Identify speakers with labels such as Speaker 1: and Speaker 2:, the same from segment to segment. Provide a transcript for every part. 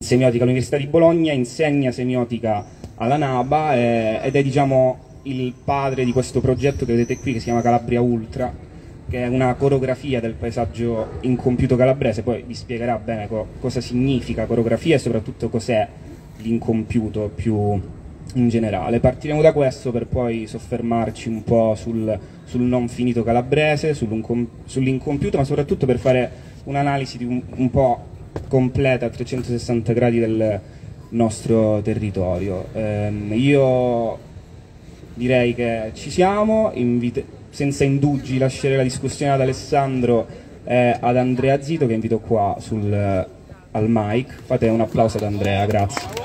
Speaker 1: semiotica all'Università di Bologna, insegna semiotica alla NABA ed è, diciamo, il padre di questo progetto che vedete qui, che si chiama Calabria Ultra, che è una coreografia del paesaggio incompiuto calabrese. Poi vi spiegherà bene cosa significa coreografia e soprattutto cos'è l'incompiuto più in generale. Partiremo da questo per poi soffermarci un po' sul non finito calabrese, sull'incompiuto, ma soprattutto per fare un'analisi un po' completa a 360 gradi del nostro territorio. Io direi che ci siamo, senza indugi lascerei la discussione ad Alessandro e ad Andrea Zito, che invito qua al mic. Fate un applauso ad Andrea, grazie.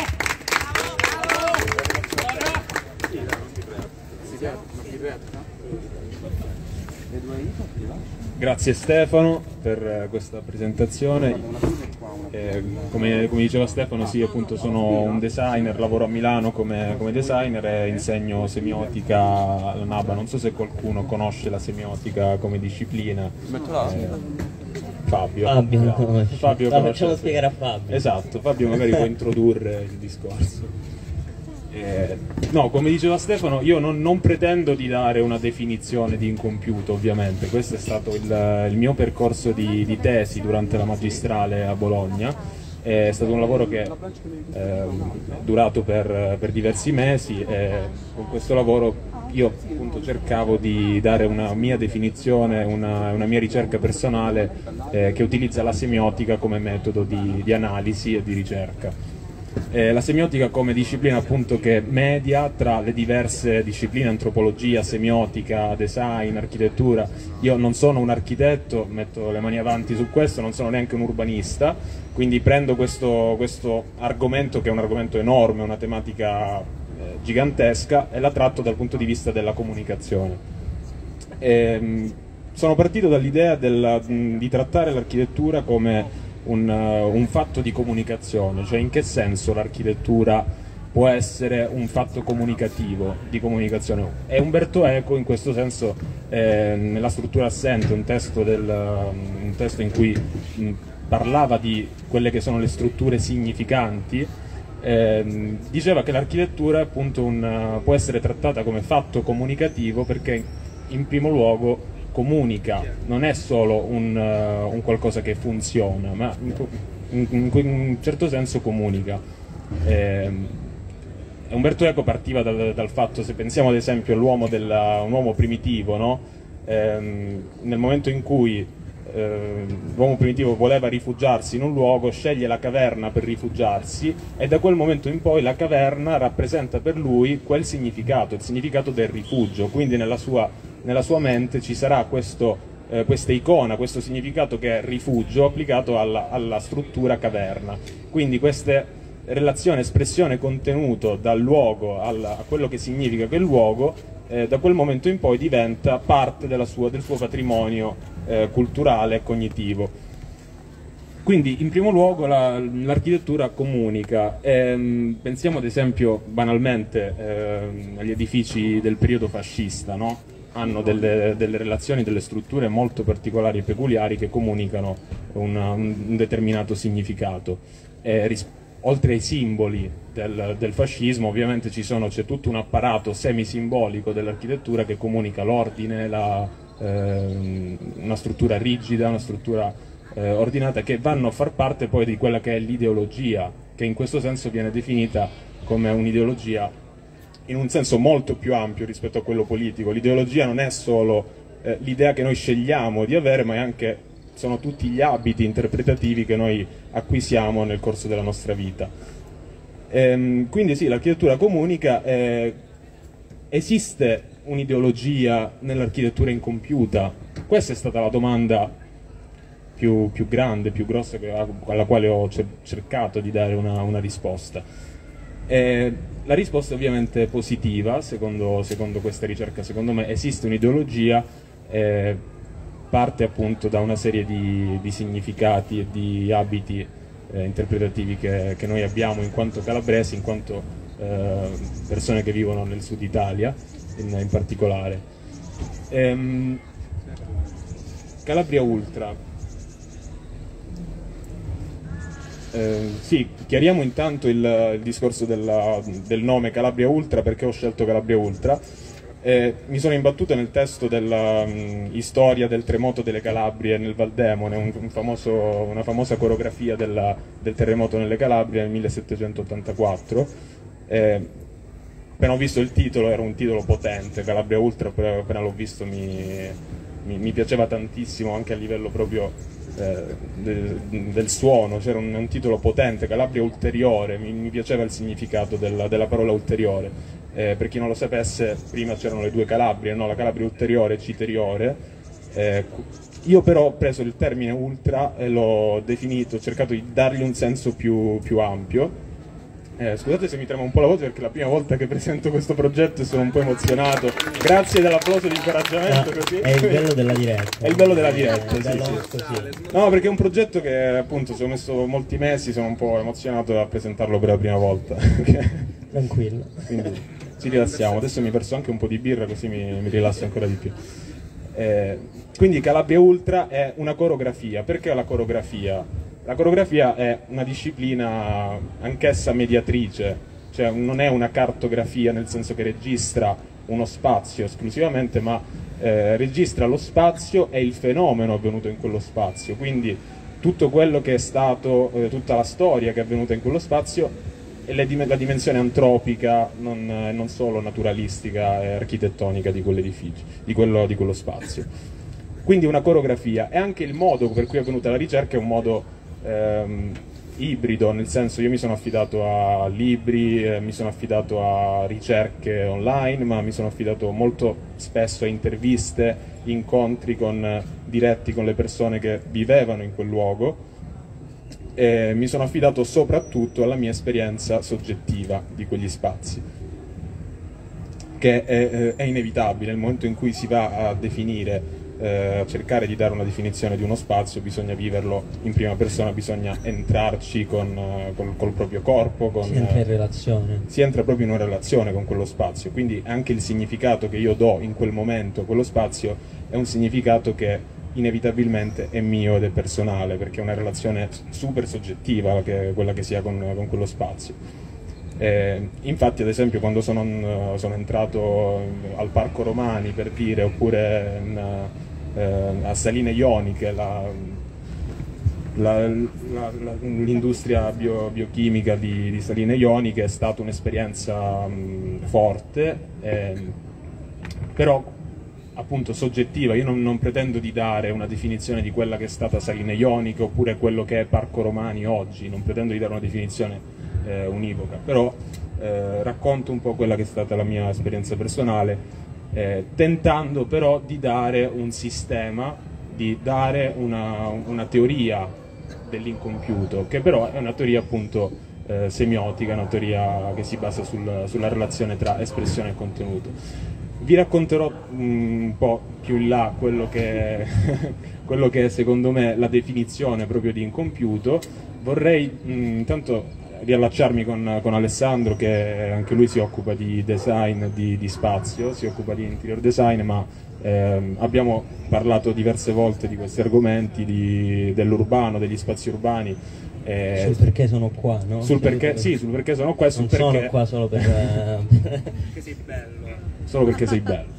Speaker 2: Grazie Stefano per questa presentazione. Come diceva Stefano, sì, appunto sono un designer, lavoro a Milano come designer e insegno semiotica alla NABA. Non so se qualcuno conosce la semiotica come disciplina. Fabio
Speaker 3: facciamo spiegare a Fabio.
Speaker 2: Esatto, Fabio magari può introdurre il discorso. No, come diceva Stefano, io non pretendo di dare una definizione di incompiuto, ovviamente. Questo è stato il mio percorso di tesi durante la magistrale a Bologna. È stato un lavoro che è durato per diversi mesi e con questo lavoro io appunto cercavo di dare una mia definizione, una mia ricerca personale che utilizza la semiotica come metodo di analisi e di ricerca. La semiotica come disciplina appunto che media tra le diverse discipline, antropologia, semiotica, design, architettura. Io non sono un architetto, metto le mani avanti su questo, non sono neanche un urbanista, quindi prendo questo argomento che è un argomento enorme, una tematica gigantesca, e la tratto dal punto di vista della comunicazione. Sono partito dall'idea di trattare l'architettura come un fatto di comunicazione, cioè in che senso l'architettura può essere un fatto comunicativo, di comunicazione. E Umberto Eco in questo senso, nella struttura assente, un testo in cui parlava di quelle che sono le strutture significanti, diceva che l'architettura appunto può essere trattata come fatto comunicativo perché in primo luogo comunica, non è solo un qualcosa che funziona, ma in un certo senso comunica. Umberto Eco partiva dal fatto, se pensiamo ad esempio all'uomo un uomo primitivo, no? Nel momento in cui l'uomo primitivo voleva rifugiarsi in un luogo, sceglie la caverna per rifugiarsi, e da quel momento in poi la caverna rappresenta per lui quel significato, il significato del rifugio. Quindi nella sua mente ci sarà questa icona, questo significato che è rifugio applicato alla struttura caverna. Quindi queste relazione, espressione, contenuto dal luogo a quello che significa quel luogo, da quel momento in poi diventa parte del suo patrimonio culturale e cognitivo. Quindi in primo luogo l'architettura comunica. Pensiamo ad esempio banalmente agli edifici del periodo fascista, no? Hanno delle relazioni, delle strutture molto particolari e peculiari che comunicano un determinato significato. Oltre ai simboli del fascismo ovviamente c'è tutto un apparato semisimbolico dell'architettura che comunica l'ordine, una struttura rigida, una struttura ordinata, che vanno a far parte poi di quella che è l'ideologia, che in questo senso viene definita come un'ideologia in un senso molto più ampio rispetto a quello politico. L'ideologia non è solo l'idea che noi scegliamo di avere, ma sono tutti gli abiti interpretativi che noi acquisiamo nel corso della nostra vita. Quindi sì, l'architettura comunica. Esiste un'ideologia nell'architettura incompiuta? Questa è stata la domanda più grande, più grossa, alla quale ho cercato di dare una risposta. La risposta è ovviamente positiva, secondo questa ricerca. Secondo me esiste un'ideologia, parte appunto da una serie di significati e di abiti interpretativi che noi abbiamo in quanto calabresi, in quanto persone che vivono nel sud Italia in particolare. Calabria Ultra. Sì, chiariamo intanto il discorso del nome Calabria Ultra, perché ho scelto Calabria Ultra. Mi sono imbattuto nel testo della storia del terremoto delle Calabrie nel Valdemone, una famosa coreografia del terremoto nelle Calabrie nel 1784. Appena ho visto il titolo, era un titolo potente, Calabria Ultra, appena l'ho visto mi piaceva tantissimo anche a livello proprio del suono, c'era un titolo potente, Calabria Ulteriore, mi piaceva il significato della parola ulteriore. Per chi non lo sapesse, prima c'erano le due Calabrie, no? La Calabria Ulteriore e Citeriore. Io però ho preso il termine ultra e l'ho definito, ho cercato di dargli un senso più ampio. Scusate se mi trema un po' la voce, perché è la prima volta che presento questo progetto e sono un po' emozionato. Grazie dell'applauso di incoraggiamento. Così.
Speaker 3: È il bello della diretta.
Speaker 2: È il bello della diretta,
Speaker 3: sì.
Speaker 2: No, perché è un progetto che appunto ci ho messo molti mesi, sono un po' emozionato a presentarlo per la prima volta.
Speaker 3: Tranquillo.
Speaker 2: Quindi ci rilassiamo. Adesso mi ho perso anche un po' di birra, così mi rilasso ancora di più. Quindi Calabria Ultra è una coreografia. Perché la coreografia? La coreografia è una disciplina anch'essa mediatrice, cioè non è una cartografia nel senso che registra uno spazio esclusivamente, ma registra lo spazio e il fenomeno avvenuto in quello spazio, quindi tutto quello che è stato, tutta la storia che è avvenuta in quello spazio e la dimensione antropica, non solo naturalistica e architettonica di quell'edificio, di quello spazio. Quindi una coreografia, e anche il modo per cui è avvenuta la ricerca è un modo ibrido, nel senso io mi sono affidato a libri, mi sono affidato a ricerche online, ma mi sono affidato molto spesso a interviste, incontri diretti con le persone che vivevano in quel luogo, e mi sono affidato soprattutto alla mia esperienza soggettiva di quegli spazi, che è inevitabile. Nel momento in cui si va a definire, a cercare di dare una definizione di uno spazio, bisogna viverlo in prima persona, bisogna entrarci col proprio corpo,
Speaker 3: si entra in relazione,
Speaker 2: si entra proprio in una relazione con quello spazio, quindi anche il significato che io do in quel momento a quello spazio è un significato che inevitabilmente è mio ed è personale, perché è una relazione super soggettiva quella che si ha con quello spazio. Infatti, ad esempio, quando sono entrato al Parco Romani, per dire, oppure a Saline Ioniche, l'industria biochimica di Saline Ioniche è stata un'esperienza forte, però appunto soggettiva. Io non pretendo di dare una definizione di quella che è stata Saline Ioniche oppure quello che è Parco Romani oggi, non pretendo di dare una definizione univoca, però racconto un po' quella che è stata la mia esperienza personale, tentando però di dare un sistema, di dare una teoria dell'incompiuto, che però è una teoria appunto semiotica, una teoria che si basa sulla relazione tra espressione e contenuto. Vi racconterò un po' più in là quello che è secondo me la definizione proprio di incompiuto. Vorrei intanto riallacciarmi con Alessandro, che anche lui si occupa di design di spazio, si occupa di interior design, ma abbiamo parlato diverse volte di questi argomenti, dell'urbano, degli spazi urbani.
Speaker 3: Sul perché sono qua, no?
Speaker 2: Sul perché sono qua,
Speaker 3: non sono qua solo per
Speaker 1: perché sei bello.
Speaker 2: Solo perché sei bello.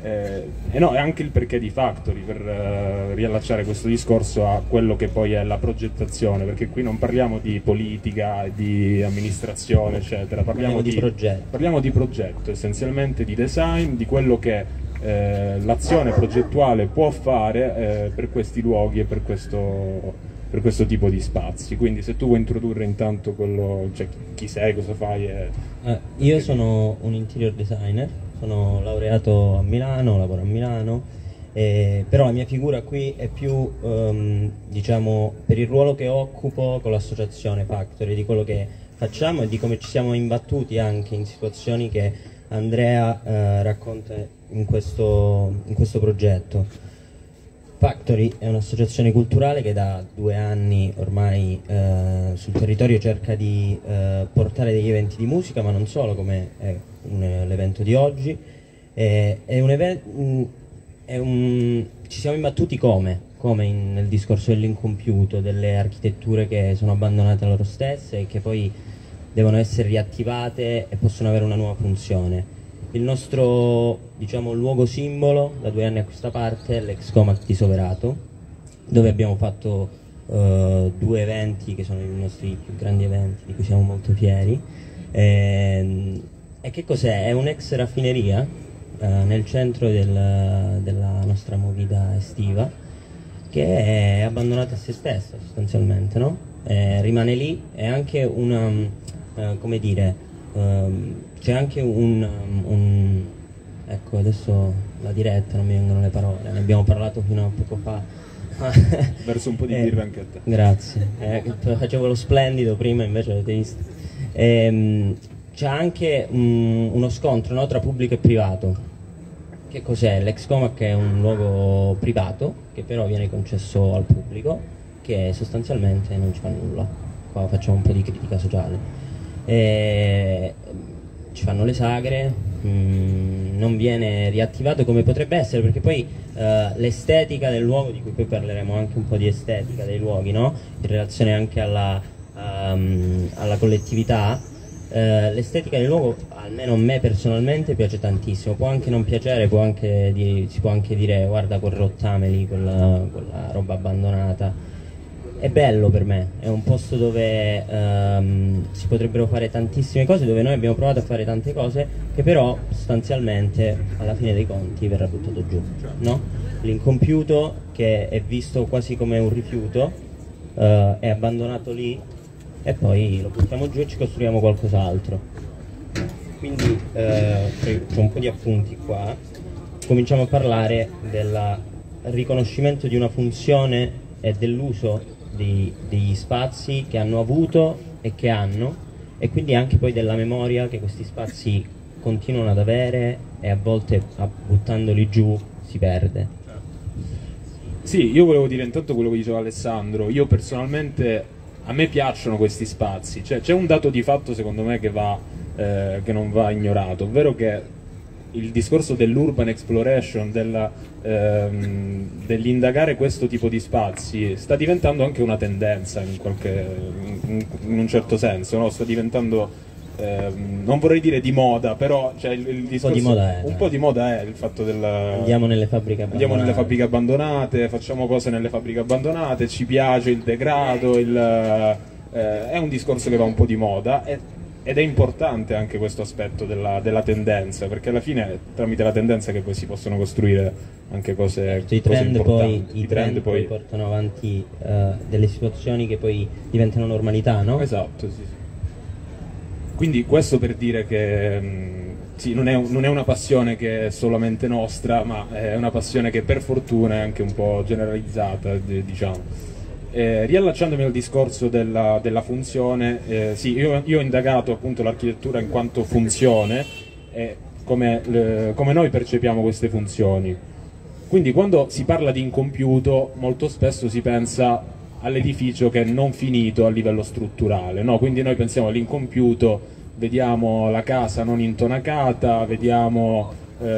Speaker 2: E no, è anche il perché di Factory, per riallacciare questo discorso a quello che poi è la progettazione, perché qui non parliamo di politica, di amministrazione, eccetera, parliamo di progetto. Parliamo di progetto, essenzialmente di design, di quello che l'azione progettuale può fare per questi luoghi e per questo tipo di spazi. Quindi se tu vuoi introdurre intanto cioè, chi sei, cosa fai?
Speaker 3: Io sono un interior designer, sono laureato a Milano, lavoro a Milano, però la mia figura qui è più diciamo per il ruolo che occupo con l'associazione Factory, di quello che facciamo e di come ci siamo imbattuti anche in situazioni che Andrea racconta in questo progetto. Factory è un'associazione culturale che da 2 anni ormai sul territorio cerca di portare degli eventi di musica, ma non solo, come è l'evento di oggi. Ci siamo imbattuti come come nel discorso dell'incompiuto, delle architetture che sono abbandonate a loro stesse e che poi devono essere riattivate e possono avere una nuova funzione. Il nostro, diciamo, luogo simbolo da 2 anni a questa parte è l'ex Comac di Soverato, dove abbiamo fatto 2 eventi che sono i nostri più grandi eventi, di cui siamo molto fieri. E che cos'è? È un'ex raffineria nel centro della nostra movida estiva, che è abbandonata a se stessa sostanzialmente, no? Rimane lì. È anche una, come dire, c'è anche ecco, adesso la diretta, non mi vengono le parole, ne abbiamo parlato fino a poco fa.
Speaker 2: Verso un po' di birra anche a te.
Speaker 3: Grazie, facevo lo splendido prima, invece avete visto. C'è anche uno scontro, no, tra pubblico e privato. Che cos'è? L'ex Comac è un luogo privato che però viene concesso al pubblico, che sostanzialmente non ci fa nulla. Qua facciamo un po' di critica sociale. Ci fanno le sagre, non viene riattivato come potrebbe essere, perché poi l'estetica del luogo, di cui poi parleremo anche un po' di estetica dei luoghi, no? In relazione anche alla collettività, l'estetica del luogo, almeno a me personalmente, piace tantissimo. Può anche non piacere, si può anche dire guarda quel rottame lì, quella roba abbandonata. È bello per me, è un posto dove si potrebbero fare tantissime cose, dove noi abbiamo provato a fare tante cose, che però sostanzialmente alla fine dei conti verrà buttato giù, no? L'incompiuto, che è visto quasi come un rifiuto, è abbandonato lì e poi lo buttiamo giù e ci costruiamo qualcos'altro. Quindi c'è un po' di appunti qua. Cominciamo a parlare del riconoscimento di una funzione e dell'uso degli spazi che hanno avuto e che hanno, e quindi anche poi della memoria che questi spazi continuano ad avere e a volte buttandoli giù si perde.
Speaker 2: Sì, io volevo dire intanto quello che diceva Alessandro. Io personalmente, a me piacciono questi spazi, cioè, c'è un dato di fatto secondo me che non va ignorato, ovvero che il discorso dell'urban exploration, dell'indagare questo tipo di spazi, sta diventando anche una tendenza in un certo senso, no? Sta diventando, non vorrei dire di moda, però cioè, il discorso, un po' di moda è il fatto
Speaker 3: andiamo nelle fabbriche
Speaker 2: abbandonate, facciamo cose nelle fabbriche abbandonate, ci piace il degrado, è un discorso che va un po' di moda. Ed è importante anche questo aspetto della tendenza, perché alla fine è tramite la tendenza che poi si possono costruire anche cose,
Speaker 3: i trend
Speaker 2: importanti.
Speaker 3: I trend poi portano avanti delle situazioni che poi diventano normalità, no?
Speaker 2: Esatto, sì. Quindi questo per dire che sì, non è una passione che è solamente nostra, ma è una passione che per fortuna è anche un po' generalizzata, diciamo. Riallacciandomi al discorso della funzione, sì, io ho indagato appunto l'architettura in quanto funzione e come noi percepiamo queste funzioni. Quindi quando si parla di incompiuto molto spesso si pensa all'edificio che è non finito a livello strutturale, no? Quindi noi pensiamo all'incompiuto, vediamo la casa non intonacata, vediamo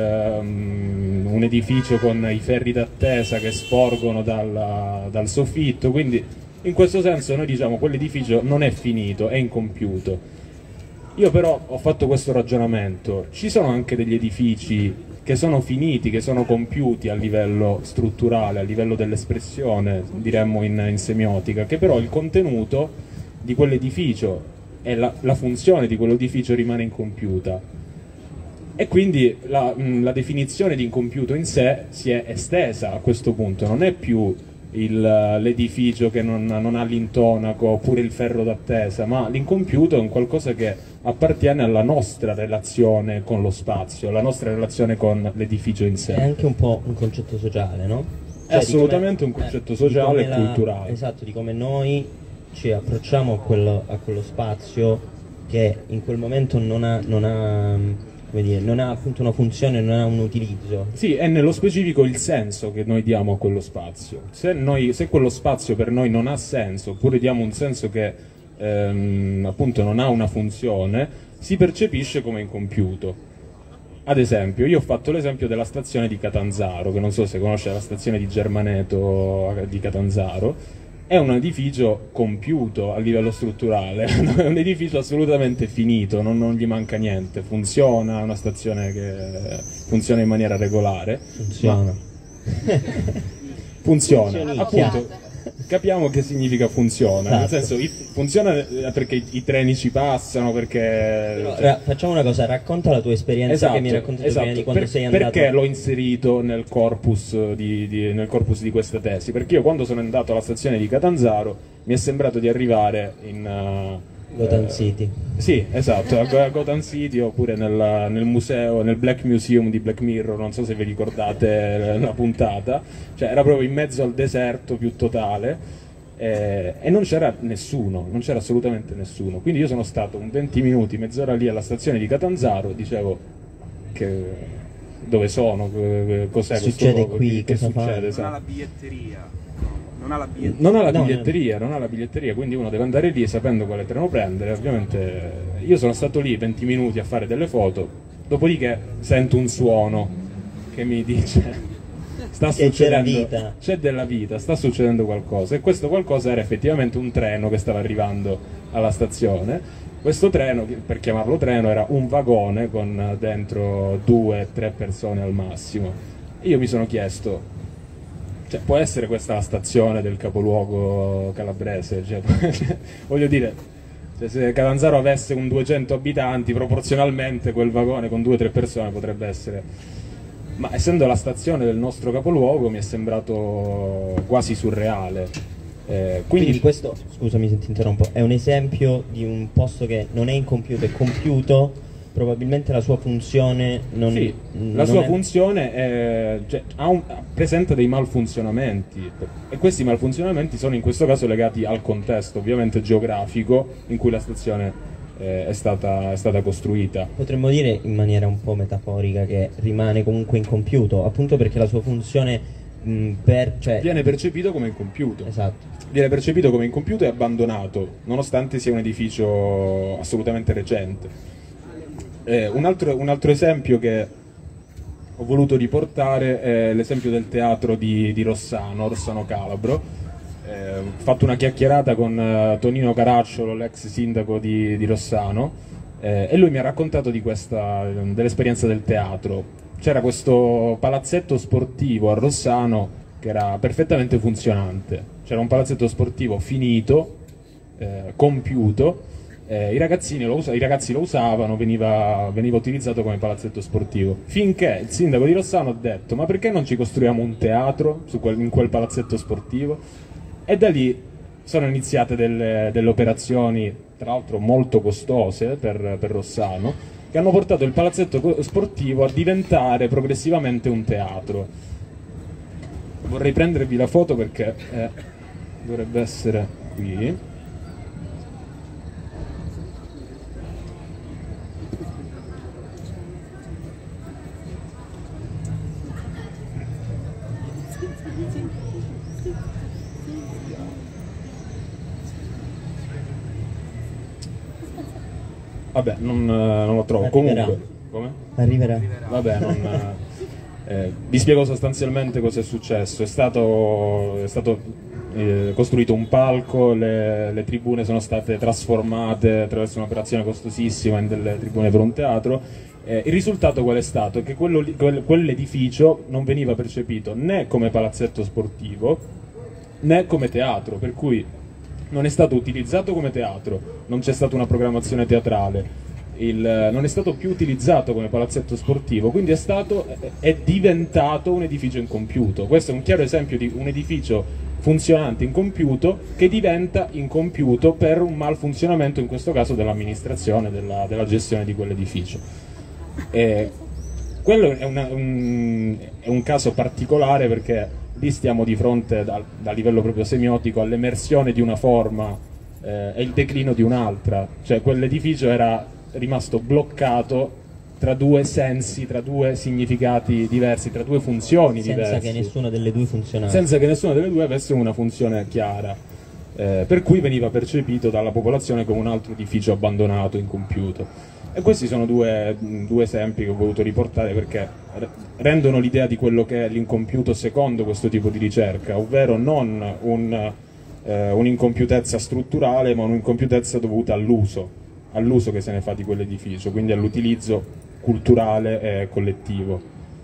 Speaker 2: un edificio con i ferri d'attesa che sporgono dal soffitto, quindi in questo senso noi diciamo quell'edificio non è finito, è incompiuto. Io però ho fatto questo ragionamento, ci sono anche degli edifici che sono finiti, che sono compiuti a livello strutturale, a livello dell'espressione, diremmo in semiotica, che però il contenuto di quell'edificio e la funzione di quell'edificio rimane incompiuta. E quindi la definizione di incompiuto in sé si è estesa a questo punto, non è più l'edificio che non ha l'intonaco oppure il ferro d'attesa, ma l'incompiuto è un qualcosa che appartiene alla nostra relazione con lo spazio, alla nostra relazione con l'edificio in sé.
Speaker 3: È anche un po' un concetto sociale, no?
Speaker 2: È assolutamente un concetto sociale e culturale.
Speaker 3: Esatto, di come noi ci approcciamo a quello spazio che in quel momento non ha appunto una funzione, non ha un utilizzo.
Speaker 2: Sì, è nello specifico il senso che noi diamo a quello spazio. Se quello spazio per noi non ha senso, oppure diamo un senso che appunto non ha una funzione, si percepisce come incompiuto. Ad esempio, io ho fatto l'esempio della stazione di Catanzaro, che non so se conosce la stazione di Germaneto di Catanzaro. È un edificio compiuto a livello strutturale, è un edificio assolutamente finito, non gli manca niente, funziona, è una stazione che funziona in maniera regolare.
Speaker 3: Funziona.
Speaker 2: Funziona, appunto. Capiamo che significa funziona,
Speaker 3: esatto.
Speaker 2: Nel senso funziona perché i treni ci passano, perché...
Speaker 3: Però, facciamo una cosa, racconta la tua esperienza che mi hai raccontato prima di quando sei andato.
Speaker 2: Perché l'ho inserito nel corpus nel corpus di questa tesi? Perché io quando sono andato alla stazione di Catanzaro mi è sembrato di arrivare in...
Speaker 3: Gotham City.
Speaker 2: Sì, esatto, a Gotham City oppure nel museo, nel Black Museum di Black Mirror, non so se vi ricordate la puntata, cioè era proprio in mezzo al deserto più totale e non c'era nessuno, non c'era assolutamente nessuno, quindi io sono stato un 20 minuti, mezz'ora lì alla stazione di Catanzaro, dicevo dove sono, cos'è questo luogo, che succede,
Speaker 1: non ha la biglietteria. Non
Speaker 2: ha la biglietteria, quindi uno deve andare lì sapendo quale treno prendere. Ovviamente io sono stato lì 20 minuti a fare delle foto, dopodiché sento un suono che mi dice sta succedendo, c'è della vita, sta succedendo qualcosa, e questo qualcosa era effettivamente un treno che stava arrivando alla stazione. Questo treno, per chiamarlo treno, era un vagone con dentro 2-3 persone al massimo. Io mi sono chiesto, cioè, può essere questa la stazione del capoluogo calabrese? Cioè, voglio dire, cioè, se Catanzaro avesse un 200 abitanti, proporzionalmente quel vagone con 2-3 persone potrebbe essere... Ma essendo la stazione del nostro capoluogo mi è sembrato quasi surreale.
Speaker 3: Quindi questo, scusami se ti interrompo, è un esempio di un posto che non è incompiuto, è compiuto. Probabilmente la sua funzione
Speaker 2: funzione cioè, presenta dei malfunzionamenti, e questi malfunzionamenti sono in questo caso legati al contesto ovviamente geografico in cui la stazione è stata costruita.
Speaker 3: Potremmo dire in maniera un po' metaforica che rimane comunque incompiuto, appunto perché la sua funzione
Speaker 2: viene percepito come incompiuto.
Speaker 3: Esatto.
Speaker 2: Viene percepito come incompiuto e abbandonato, nonostante sia un edificio assolutamente recente. Un altro esempio che ho voluto riportare è l'esempio del teatro di Rossano Calabro. Ho fatto una chiacchierata con Tonino Caracciolo, l'ex sindaco di Rossano, e lui mi ha raccontato dell'esperienza del teatro. C'era questo palazzetto sportivo a Rossano che era perfettamente funzionante, c'era un palazzetto sportivo finito, compiuto. I ragazzi lo usavano, veniva utilizzato come palazzetto sportivo, finché il sindaco di Rossano ha detto: ma perché non ci costruiamo un teatro in quel palazzetto sportivo? E da lì sono iniziate delle operazioni, tra l'altro molto costose per Rossano, che hanno portato il palazzetto sportivo a diventare progressivamente un teatro. Vorrei prendervi la foto perché dovrebbe essere qui. Vabbè, non lo trovo.
Speaker 3: Arriverà.
Speaker 2: Comunque, come?
Speaker 3: Arriverà.
Speaker 2: Vabbè, vi spiego sostanzialmente cosa è successo. È stato costruito un palco, le tribune sono state trasformate attraverso un'operazione costosissima in delle tribune per un teatro. Il risultato qual è stato? Che quell'edificio non veniva percepito né come palazzetto sportivo né come teatro, per cui non è stato utilizzato come teatro, non c'è stata una programmazione teatrale, non è stato più utilizzato come palazzetto sportivo, quindi è diventato un edificio incompiuto. Questo è un chiaro esempio di un edificio funzionante incompiuto che diventa incompiuto per un malfunzionamento, in questo caso dell'amministrazione, della gestione di quell'edificio. Quello è un caso particolare perché lì stiamo di fronte, da livello proprio semiotico, all'emersione di una forma e il declino di un'altra. Cioè quell'edificio era rimasto bloccato tra due sensi, tra due significati diversi, tra due funzioni diverse.
Speaker 3: Senza che nessuna delle due funzionasse.
Speaker 2: Senza che nessuna delle due avesse una funzione chiara. per cui veniva percepito dalla popolazione come un altro edificio abbandonato, incompiuto. E questi sono due esempi che ho voluto riportare perché rendono l'idea di quello che è l'incompiuto secondo questo tipo di ricerca, ovvero non un'incompiutezza strutturale, ma un'incompiutezza dovuta all'uso che se ne fa di quell'edificio, quindi all'utilizzo culturale e collettivo.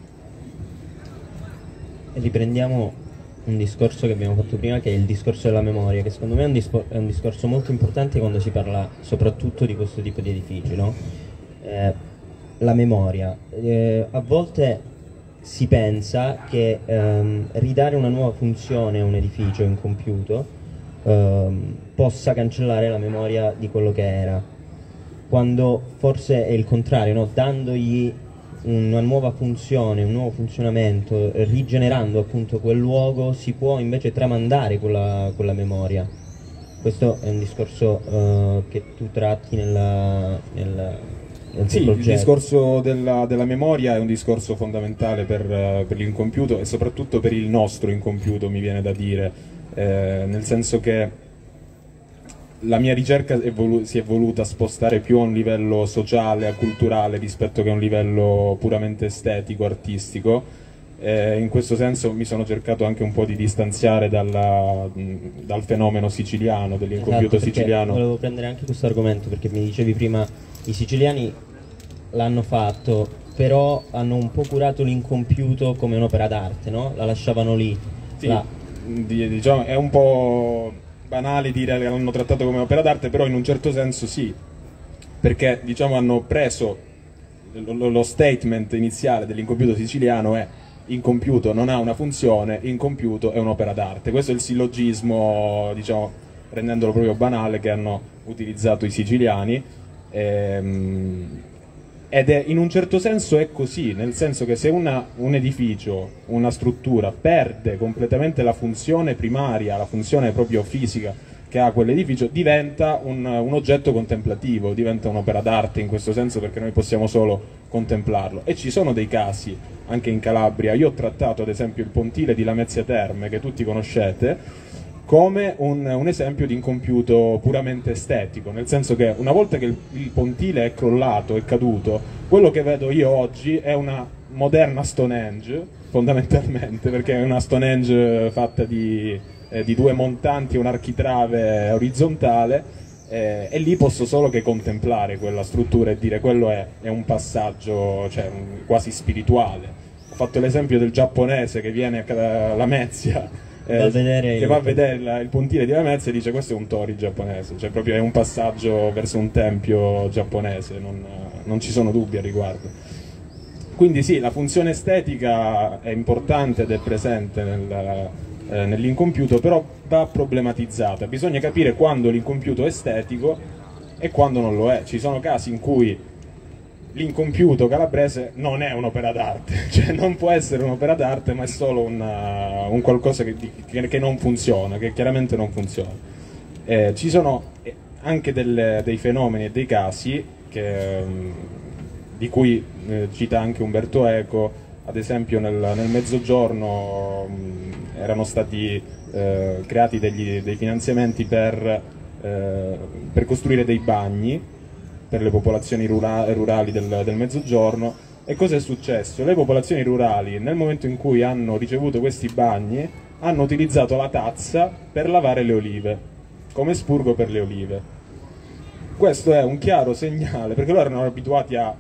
Speaker 3: Riprendiamo un discorso che abbiamo fatto prima, che è il discorso della memoria, che secondo me è un discorso molto importante quando si parla soprattutto di questo tipo di edifici, no? La memoria. A volte si pensa che ridare una nuova funzione a un edificio incompiuto possa cancellare la memoria di quello che era, quando forse è il contrario, no? Dandogli una nuova funzione, un nuovo funzionamento, rigenerando appunto quel luogo, si può invece tramandare quella memoria. Questo è un discorso che tu tratti nel
Speaker 2: sì,
Speaker 3: tuo
Speaker 2: il discorso della memoria è un discorso fondamentale per l'incompiuto e soprattutto per il nostro incompiuto, mi viene da dire, nel senso che la mia ricerca si è voluta spostare più a un livello sociale, culturale, rispetto che a un livello puramente estetico, artistico. In questo senso mi sono cercato anche un po' di distanziare dal fenomeno siciliano, dell'incompiuto siciliano.
Speaker 3: Volevo prendere anche questo argomento perché mi dicevi prima, i siciliani l'hanno fatto, però hanno un po' curato l'incompiuto come un'opera d'arte, no? La lasciavano lì.
Speaker 2: Sì, diciamo, è un po' banale dire che l'hanno trattato come opera d'arte, però in un certo senso sì, perché diciamo hanno preso lo statement iniziale dell'incompiuto siciliano è: incompiuto non ha una funzione, incompiuto è un'opera d'arte. Questo è il sillogismo, diciamo, rendendolo proprio banale, che hanno utilizzato i siciliani, ed è, in un certo senso è così, nel senso che se un edificio, una struttura perde completamente la funzione primaria, la funzione proprio fisica che ha quell'edificio, diventa un oggetto contemplativo, diventa un'opera d'arte in questo senso, perché noi possiamo solo contemplarlo. E ci sono dei casi anche in Calabria. Io ho trattato ad esempio il pontile di Lamezia Terme, che tutti conoscete, come un esempio di incompiuto puramente estetico, nel senso che una volta che il pontile è crollato, è caduto, quello che vedo io oggi è una moderna Stonehenge, fondamentalmente, perché è una Stonehenge fatta di due montanti e un architrave orizzontale, e lì posso solo che contemplare quella struttura e dire quello è un passaggio, cioè, quasi spirituale. Ho fatto l'esempio del giapponese che viene a Lamezia, che va a vedere il pontile di Lamezia e dice: questo è un tori giapponese, cioè proprio è un passaggio verso un tempio giapponese, non ci sono dubbi al riguardo. Quindi sì, la funzione estetica è importante ed è presente nell'incompiuto, però va problematizzata. Bisogna capire quando l'incompiuto è estetico e quando non lo è. Ci sono casi in cui l'incompiuto calabrese non è un'opera d'arte, cioè non può essere un'opera d'arte, ma è solo un qualcosa che non funziona, che chiaramente non funziona. Ci sono anche dei fenomeni e dei casi di cui cita anche Umberto Eco, ad esempio nel Mezzogiorno erano stati creati dei finanziamenti per costruire dei bagni per le popolazioni rurali del Mezzogiorno. E cosa è successo? Le popolazioni rurali, nel momento in cui hanno ricevuto questi bagni, hanno utilizzato la tazza per lavare le olive, come spurgo per le olive. Questo è un chiaro segnale, perché loro erano abituati ad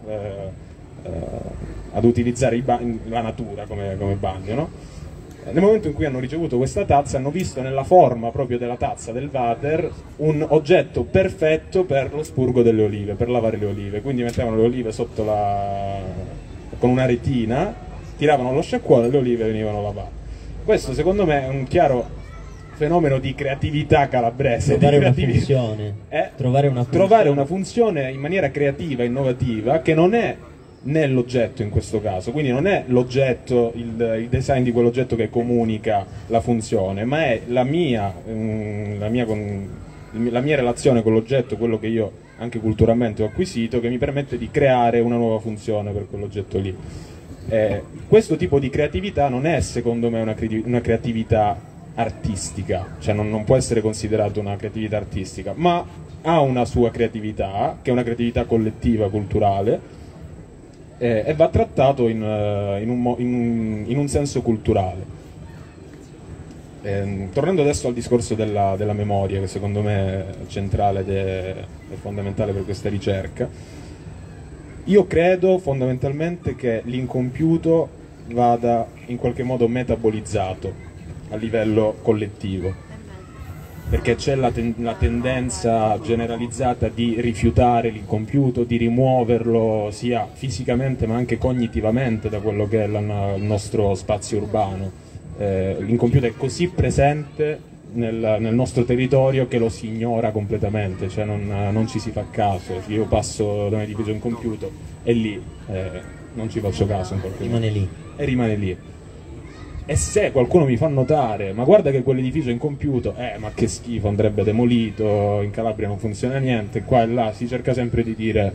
Speaker 2: utilizzare la natura come bagno, no? Nel momento in cui hanno ricevuto questa tazza, hanno visto nella forma proprio della tazza, del water, un oggetto perfetto per lo spurgo delle olive, per lavare le olive. Quindi mettevano le olive sotto con una retina, tiravano lo sciacquone e le olive venivano lavate. Questo secondo me è un chiaro fenomeno di creatività calabrese. Trovare una funzione in maniera creativa, innovativa, che non è nell'oggetto in questo caso, quindi non è l'oggetto, il design di quell'oggetto che comunica la funzione, ma è la mia relazione con l'oggetto, quello che io anche culturalmente ho acquisito, che mi permette di creare una nuova funzione per quell'oggetto lì. Questo tipo di creatività non è secondo me una creatività artistica, cioè non può essere considerato una creatività artistica, ma ha una sua creatività, che è una creatività collettiva, culturale, e va trattato in un senso culturale. Tornando adesso al discorso della memoria, che secondo me è centrale e fondamentale per questa ricerca, io credo fondamentalmente che l'incompiuto vada in qualche modo metabolizzato a livello collettivo, perché c'è la tendenza generalizzata di rifiutare l'incompiuto, di rimuoverlo sia fisicamente ma anche cognitivamente da quello che è il nostro spazio urbano. L'incompiuto è così presente nel nostro territorio che lo si ignora completamente, cioè non ci si fa caso. Io passo da un edificio incompiuto e lì non ci faccio caso in qualche modo.
Speaker 3: Rimane lì.
Speaker 2: E rimane lì. E se qualcuno mi fa notare, ma guarda che quell'edificio è incompiuto, ma che schifo, andrebbe demolito, in Calabria non funziona niente, qua e là si cerca sempre di dire,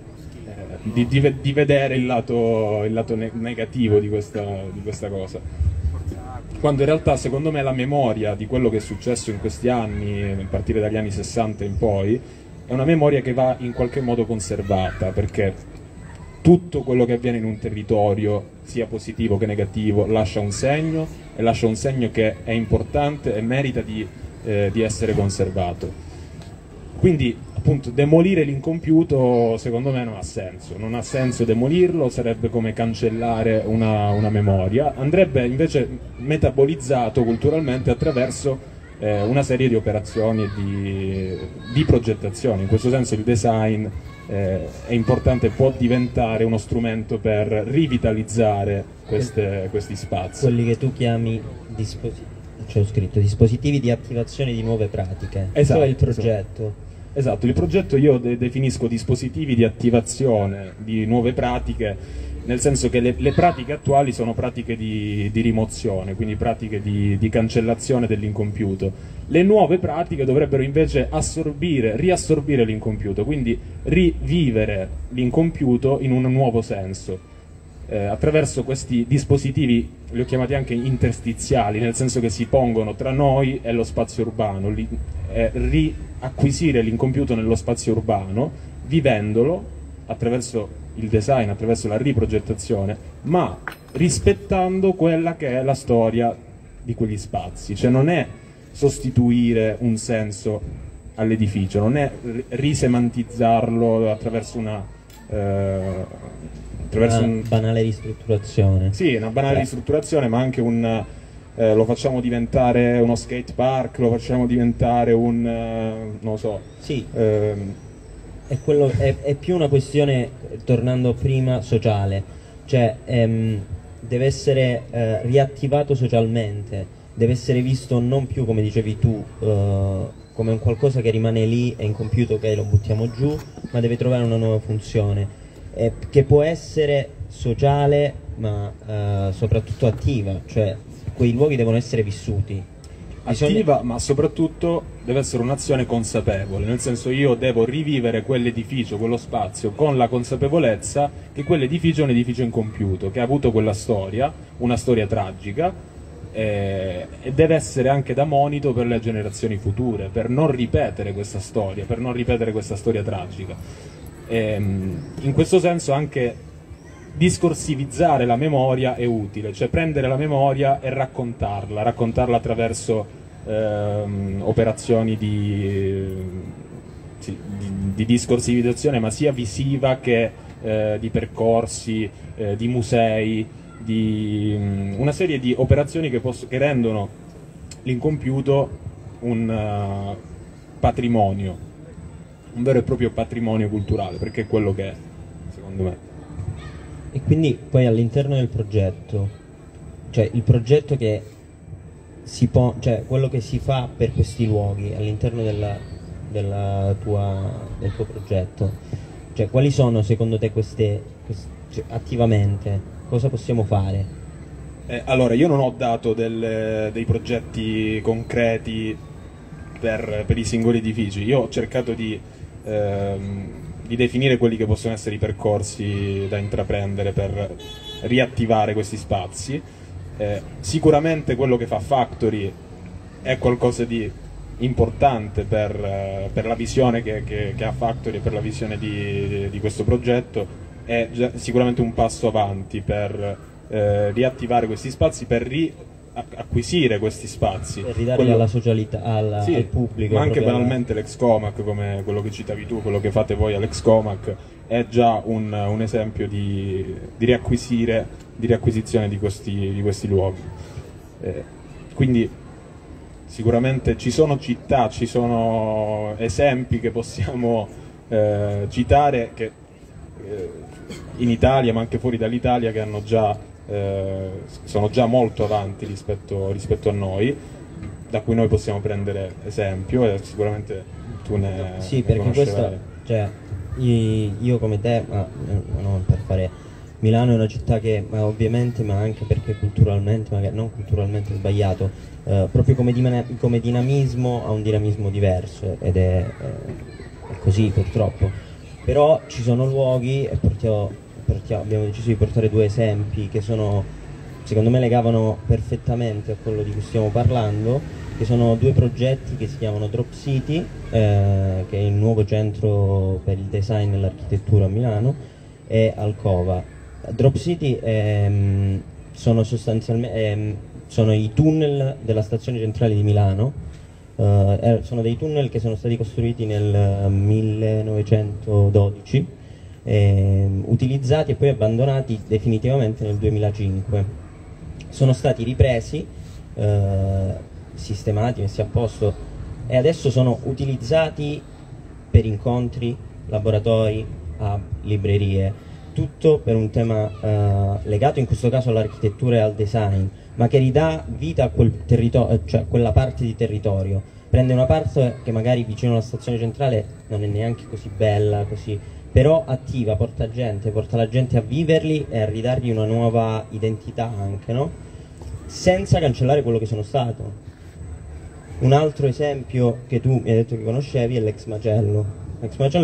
Speaker 2: di vedere il lato negativo di questa cosa. Quando in realtà secondo me la memoria di quello che è successo in questi anni, a partire dagli anni 60 in poi, è una memoria che va in qualche modo conservata, perché tutto quello che avviene in un territorio, sia positivo che negativo, lascia un segno, e lascia un segno che è importante e merita di essere conservato. Quindi appunto demolire l'incompiuto secondo me non ha senso demolirlo, sarebbe come cancellare una memoria, andrebbe invece metabolizzato culturalmente attraverso una serie di operazioni e di progettazioni. In questo senso il design è importante, può diventare uno strumento per rivitalizzare questi spazi.
Speaker 3: Quelli che tu chiami c'è scritto dispositivi di attivazione di nuove pratiche. Esatto, questo è il progetto.
Speaker 2: Esatto, il progetto io definisco dispositivi di attivazione di nuove pratiche, nel senso che le pratiche attuali sono pratiche di rimozione, quindi pratiche di cancellazione dell'incompiuto. Le nuove pratiche dovrebbero invece riassorbire l'incompiuto, quindi rivivere l'incompiuto in un nuovo senso. Attraverso questi dispositivi, li ho chiamati anche interstiziali, nel senso che si pongono tra noi e lo spazio urbano, riacquisire l'incompiuto nello spazio urbano, vivendolo attraverso il design, attraverso la riprogettazione, ma rispettando quella che è la storia di quegli spazi, cioè non è sostituire un senso all'edificio, non è risemantizzarlo attraverso una
Speaker 3: banale ristrutturazione.
Speaker 2: Sì, una banale ristrutturazione, ma anche lo facciamo diventare uno skate park, lo facciamo diventare non lo so.
Speaker 3: Sì. È più una questione, tornando prima, sociale, cioè deve essere riattivato socialmente, deve essere visto non più, come dicevi tu, come un qualcosa che rimane lì e incompiuto, ok, lo buttiamo giù, ma deve trovare una nuova funzione, che può essere sociale ma soprattutto attiva, cioè quei luoghi devono essere vissuti.
Speaker 2: Attiva, ma soprattutto deve essere un'azione consapevole, nel senso io devo rivivere quell'edificio, quello spazio, con la consapevolezza che quell'edificio è un edificio incompiuto, che ha avuto quella storia, una storia tragica, e deve essere anche da monito per le generazioni future, per non ripetere questa storia, tragica. In questo senso anche discorsivizzare la memoria è utile, cioè prendere la memoria e raccontarla attraverso operazioni di discorsivizzazione, ma sia visiva che di percorsi, di musei, di una serie di operazioni che rendono l'incompiuto un patrimonio, un vero e proprio patrimonio culturale, perché è quello che è, secondo me.
Speaker 3: E quindi poi all'interno del progetto, cioè il progetto che cioè quello che si fa per questi luoghi all'interno del tuo progetto, cioè quali sono secondo te queste attivamente, cosa possiamo fare?
Speaker 2: Allora, io non ho dato dei progetti concreti per i singoli edifici, io ho cercato di definire quelli che possono essere i percorsi da intraprendere per riattivare questi spazi. Sicuramente quello che fa Factory è qualcosa di importante per la visione che ha Factory e per la visione di questo progetto. È sicuramente un passo avanti per riattivare questi spazi, per acquisire questi spazi,
Speaker 3: per ridarli alla socialità,
Speaker 2: sì,
Speaker 3: al pubblico,
Speaker 2: ma anche banalmente l'Excomac, come quello che citavi tu, quello che fate voi all'Excomac, è già un esempio di riacquisizione di questi luoghi. Quindi sicuramente ci sono città, ci sono esempi che possiamo citare che in Italia, ma anche fuori dall'Italia, che hanno sono già molto avanti rispetto a noi, da cui noi possiamo prendere esempio, e sicuramente tu ne
Speaker 3: sì, perché
Speaker 2: conoscerai.
Speaker 3: cioè, io come te, ma non per fare, Milano è una città che ovviamente, ma anche perché culturalmente, magari non culturalmente sbagliato, proprio come dinamismo ha un dinamismo diverso, ed è così purtroppo. Però ci sono luoghi, e abbiamo deciso di portare due esempi che secondo me legavano perfettamente a quello di cui stiamo parlando, che sono due progetti che si chiamano Drop City, che è il nuovo centro per il design e l'architettura a Milano, e Alcova. Drop City sono sostanzialmente sono i tunnel della stazione centrale di Milano. Sono dei tunnel che sono stati costruiti nel 1912, utilizzati e poi abbandonati definitivamente nel 2005. Sono stati ripresi, sistemati, messi a posto, e adesso sono utilizzati per incontri, laboratori, librerie, tutto per un tema legato in questo caso all'architettura e al design, ma che ridà vita a quel territorio, cioè quella parte di territorio. Prende una parte che magari vicino alla stazione centrale non è neanche così bella, però attiva, porta la gente a viverli e a ridargli una nuova identità anche, no? Senza cancellare quello che sono stato. Un altro esempio che tu mi hai detto che conoscevi è l'Ex Magello. L'Ex Magello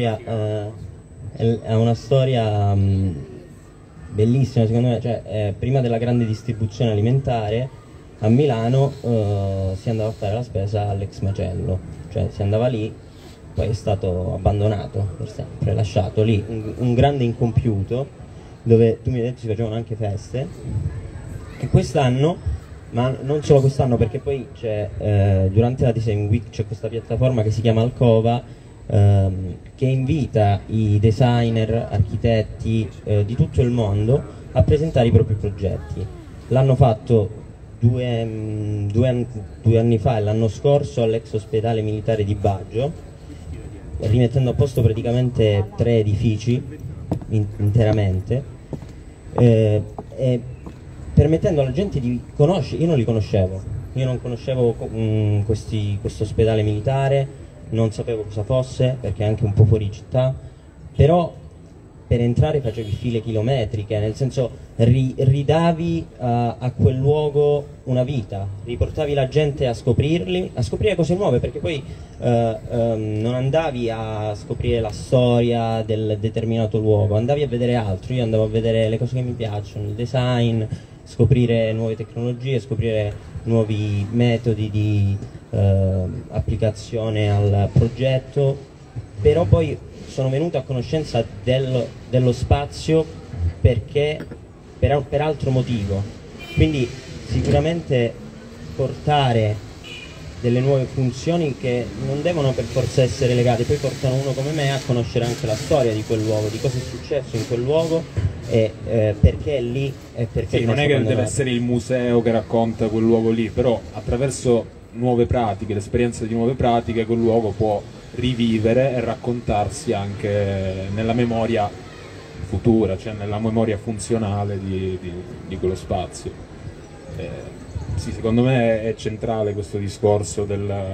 Speaker 3: è una storia bellissima secondo me, cioè, prima della grande distribuzione alimentare a Milano si andava a fare la spesa all'Ex Magello, cioè si andava lì, poi è stato abbandonato per sempre, lasciato lì, un grande incompiuto, dove tu mi hai detto si facevano anche feste, e quest'anno, ma non solo quest'anno, perché poi c'è durante la Design Week c'è questa piattaforma che si chiama Alcova, che invita i designer, architetti di tutto il mondo a presentare i propri progetti. L'hanno fatto due anni fa e l'anno scorso all'ex ospedale militare di Baggio, rimettendo a posto praticamente 3 edifici interamente, e permettendo alla gente di conoscere. Io non conoscevo questo ospedale militare, non sapevo cosa fosse perché è anche un po' fuori città, però per entrare facevi file chilometriche, nel senso ridavi a quel luogo una vita, riportavi la gente a scoprire cose nuove, perché poi non andavi a scoprire la storia del determinato luogo, andavi a vedere altro. Io andavo a vedere le cose che mi piacciono, il design, scoprire nuove tecnologie, scoprire nuovi metodi di applicazione al progetto, però poi sono venuto a conoscenza dello spazio perché per altro motivo, quindi sicuramente portare delle nuove funzioni che non devono per forza essere legate, poi portano uno come me a conoscere anche la storia di quel luogo, di cosa è successo in quel luogo e perché è lì e perché
Speaker 2: sì, non è che deve essere il museo che racconta quel luogo lì, però attraverso nuove pratiche, l'esperienza di nuove pratiche, quel luogo può rivivere e raccontarsi anche nella memoria futura, cioè nella memoria funzionale di quello spazio. Sì, secondo me è centrale questo discorso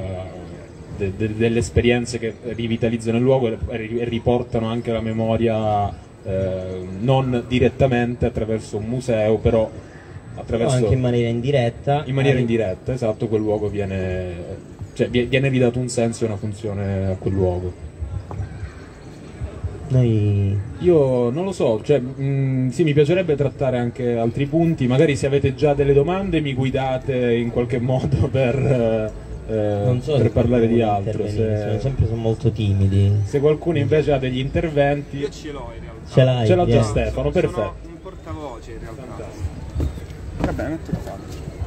Speaker 2: delle esperienze che rivitalizzano il luogo e riportano anche la memoria, non direttamente attraverso un museo, però attraverso,
Speaker 3: anche in maniera indiretta.
Speaker 2: In maniera indiretta, esatto, quel luogo viene ridato un senso e una funzione a quel luogo. Io non lo so, cioè, sì, mi piacerebbe trattare anche altri punti, magari se avete già delle domande mi guidate in qualche modo
Speaker 3: non so
Speaker 2: per parlare di altro.
Speaker 3: Sono molto timidi.
Speaker 2: Se qualcuno invece ha degli interventi...
Speaker 1: Io ce l'ho in realtà.
Speaker 3: Ce
Speaker 2: l'ha già Stefano, perfetto.
Speaker 1: Sono un portavoce in realtà. Vabbè, mettilo qua.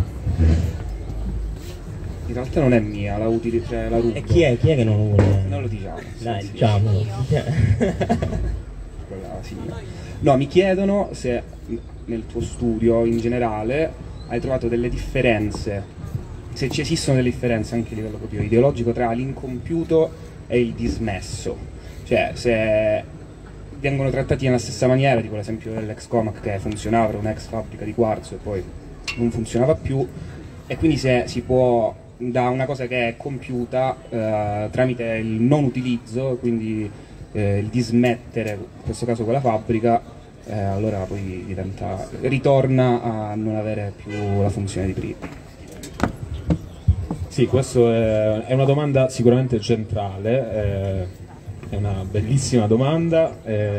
Speaker 1: In realtà non è mia, la utilizzo, cioè la rubo.
Speaker 3: E chi è che non lo vuole?
Speaker 1: Non lo diciamo.
Speaker 3: Dai,
Speaker 1: sì.
Speaker 3: diciamolo.
Speaker 1: Quella, sì. No, mi chiedono se nel tuo studio in generale hai trovato delle differenze, se ci esistono delle differenze anche a livello proprio ideologico tra l'incompiuto e il dismesso, cioè se vengono trattati nella stessa maniera, tipo l'esempio dell'ex Comac che funzionava per un'ex fabbrica di quarzo e poi non funzionava più, e quindi se si può da una cosa che è compiuta tramite il non utilizzo, quindi il dismettere in questo caso quella fabbrica, allora poi ritorna a non avere più la funzione di prima.
Speaker 2: Sì, questa è una domanda sicuramente centrale, è una bellissima domanda,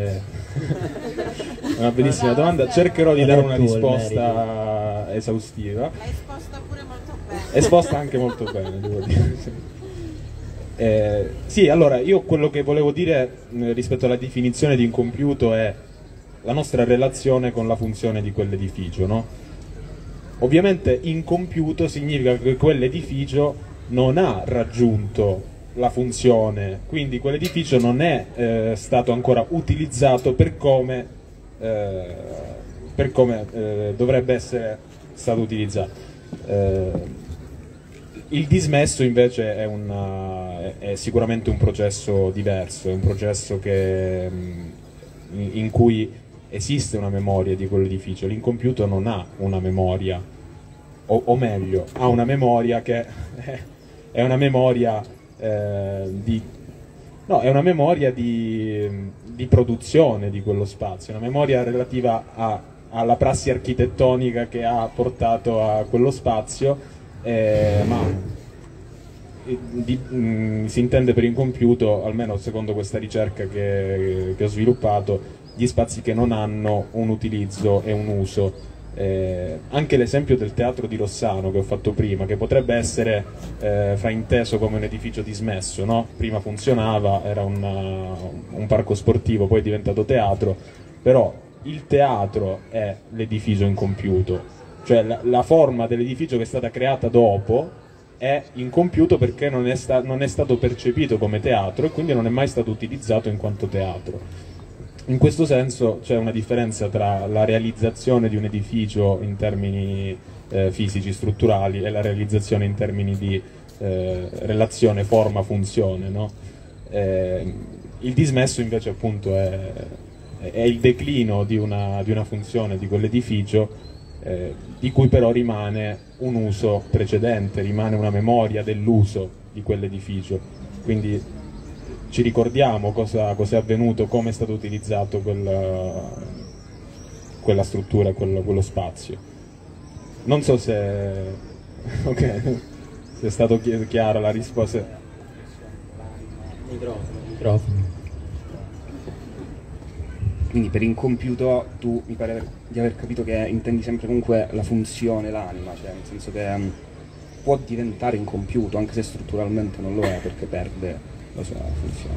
Speaker 2: cercherò di dare una risposta esaustiva.
Speaker 4: L'hai esposta pure molto bene.
Speaker 2: Esposta anche molto bene, devo dire. Sì, allora, io quello che volevo dire rispetto alla definizione di incompiuto è la nostra relazione con la funzione di quell'edificio, no? Ovviamente incompiuto significa che quell'edificio non ha raggiunto la funzione, quindi quell'edificio non è stato ancora utilizzato per come dovrebbe essere stato utilizzato. Il dismesso invece è sicuramente un processo diverso, è un processo in cui esiste una memoria di quell'edificio. L'incompiuto non ha una memoria, o meglio, ha una memoria che è una memoria di produzione di quello spazio, una memoria relativa alla prassi architettonica che ha portato a quello spazio, ma si intende per incompiuto, almeno secondo questa ricerca che ho sviluppato, gli spazi che non hanno un utilizzo e un uso. Anche l'esempio del teatro di Rossano che ho fatto prima, che potrebbe essere frainteso come un edificio dismesso, no? Prima funzionava, era un parco sportivo, poi è diventato teatro, però il teatro è l'edificio incompiuto, cioè la forma dell'edificio che è stata creata dopo è incompiuto perché non è stato percepito come teatro e quindi non è mai stato utilizzato in quanto teatro. In questo senso c'è una differenza tra la realizzazione di un edificio in termini fisici, strutturali, e la realizzazione in termini di relazione forma-funzione, no? Il dismesso invece appunto è il declino di una funzione di quell'edificio, di cui però rimane un uso precedente, rimane una memoria dell'uso di quell'edificio, quindi ci ricordiamo cosa è avvenuto, come è stato utilizzato quella struttura, quello spazio. Non so se è stato chiara la risposta.
Speaker 3: Microfono.
Speaker 1: Quindi per incompiuto tu mi pare di aver capito che intendi sempre comunque la funzione, l'anima, cioè nel senso che può diventare incompiuto anche se strutturalmente non lo è perché perde la sua funzione.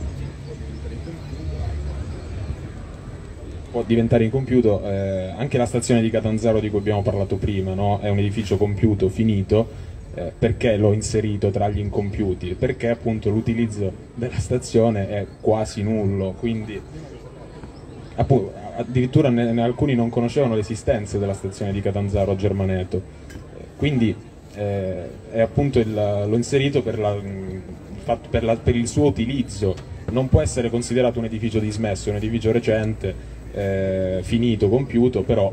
Speaker 2: Può diventare incompiuto, anche la stazione di Catanzaro di cui abbiamo parlato prima, no? È un edificio compiuto, finito, perché l'ho inserito tra gli incompiuti? Perché appunto l'utilizzo della stazione è quasi nullo, quindi appunto, addirittura alcuni non conoscevano l'esistenza della stazione di Catanzaro a Germaneto, quindi è appunto l'ho inserito per il suo utilizzo. Non può essere considerato un edificio dismesso, è un edificio recente, finito, compiuto, però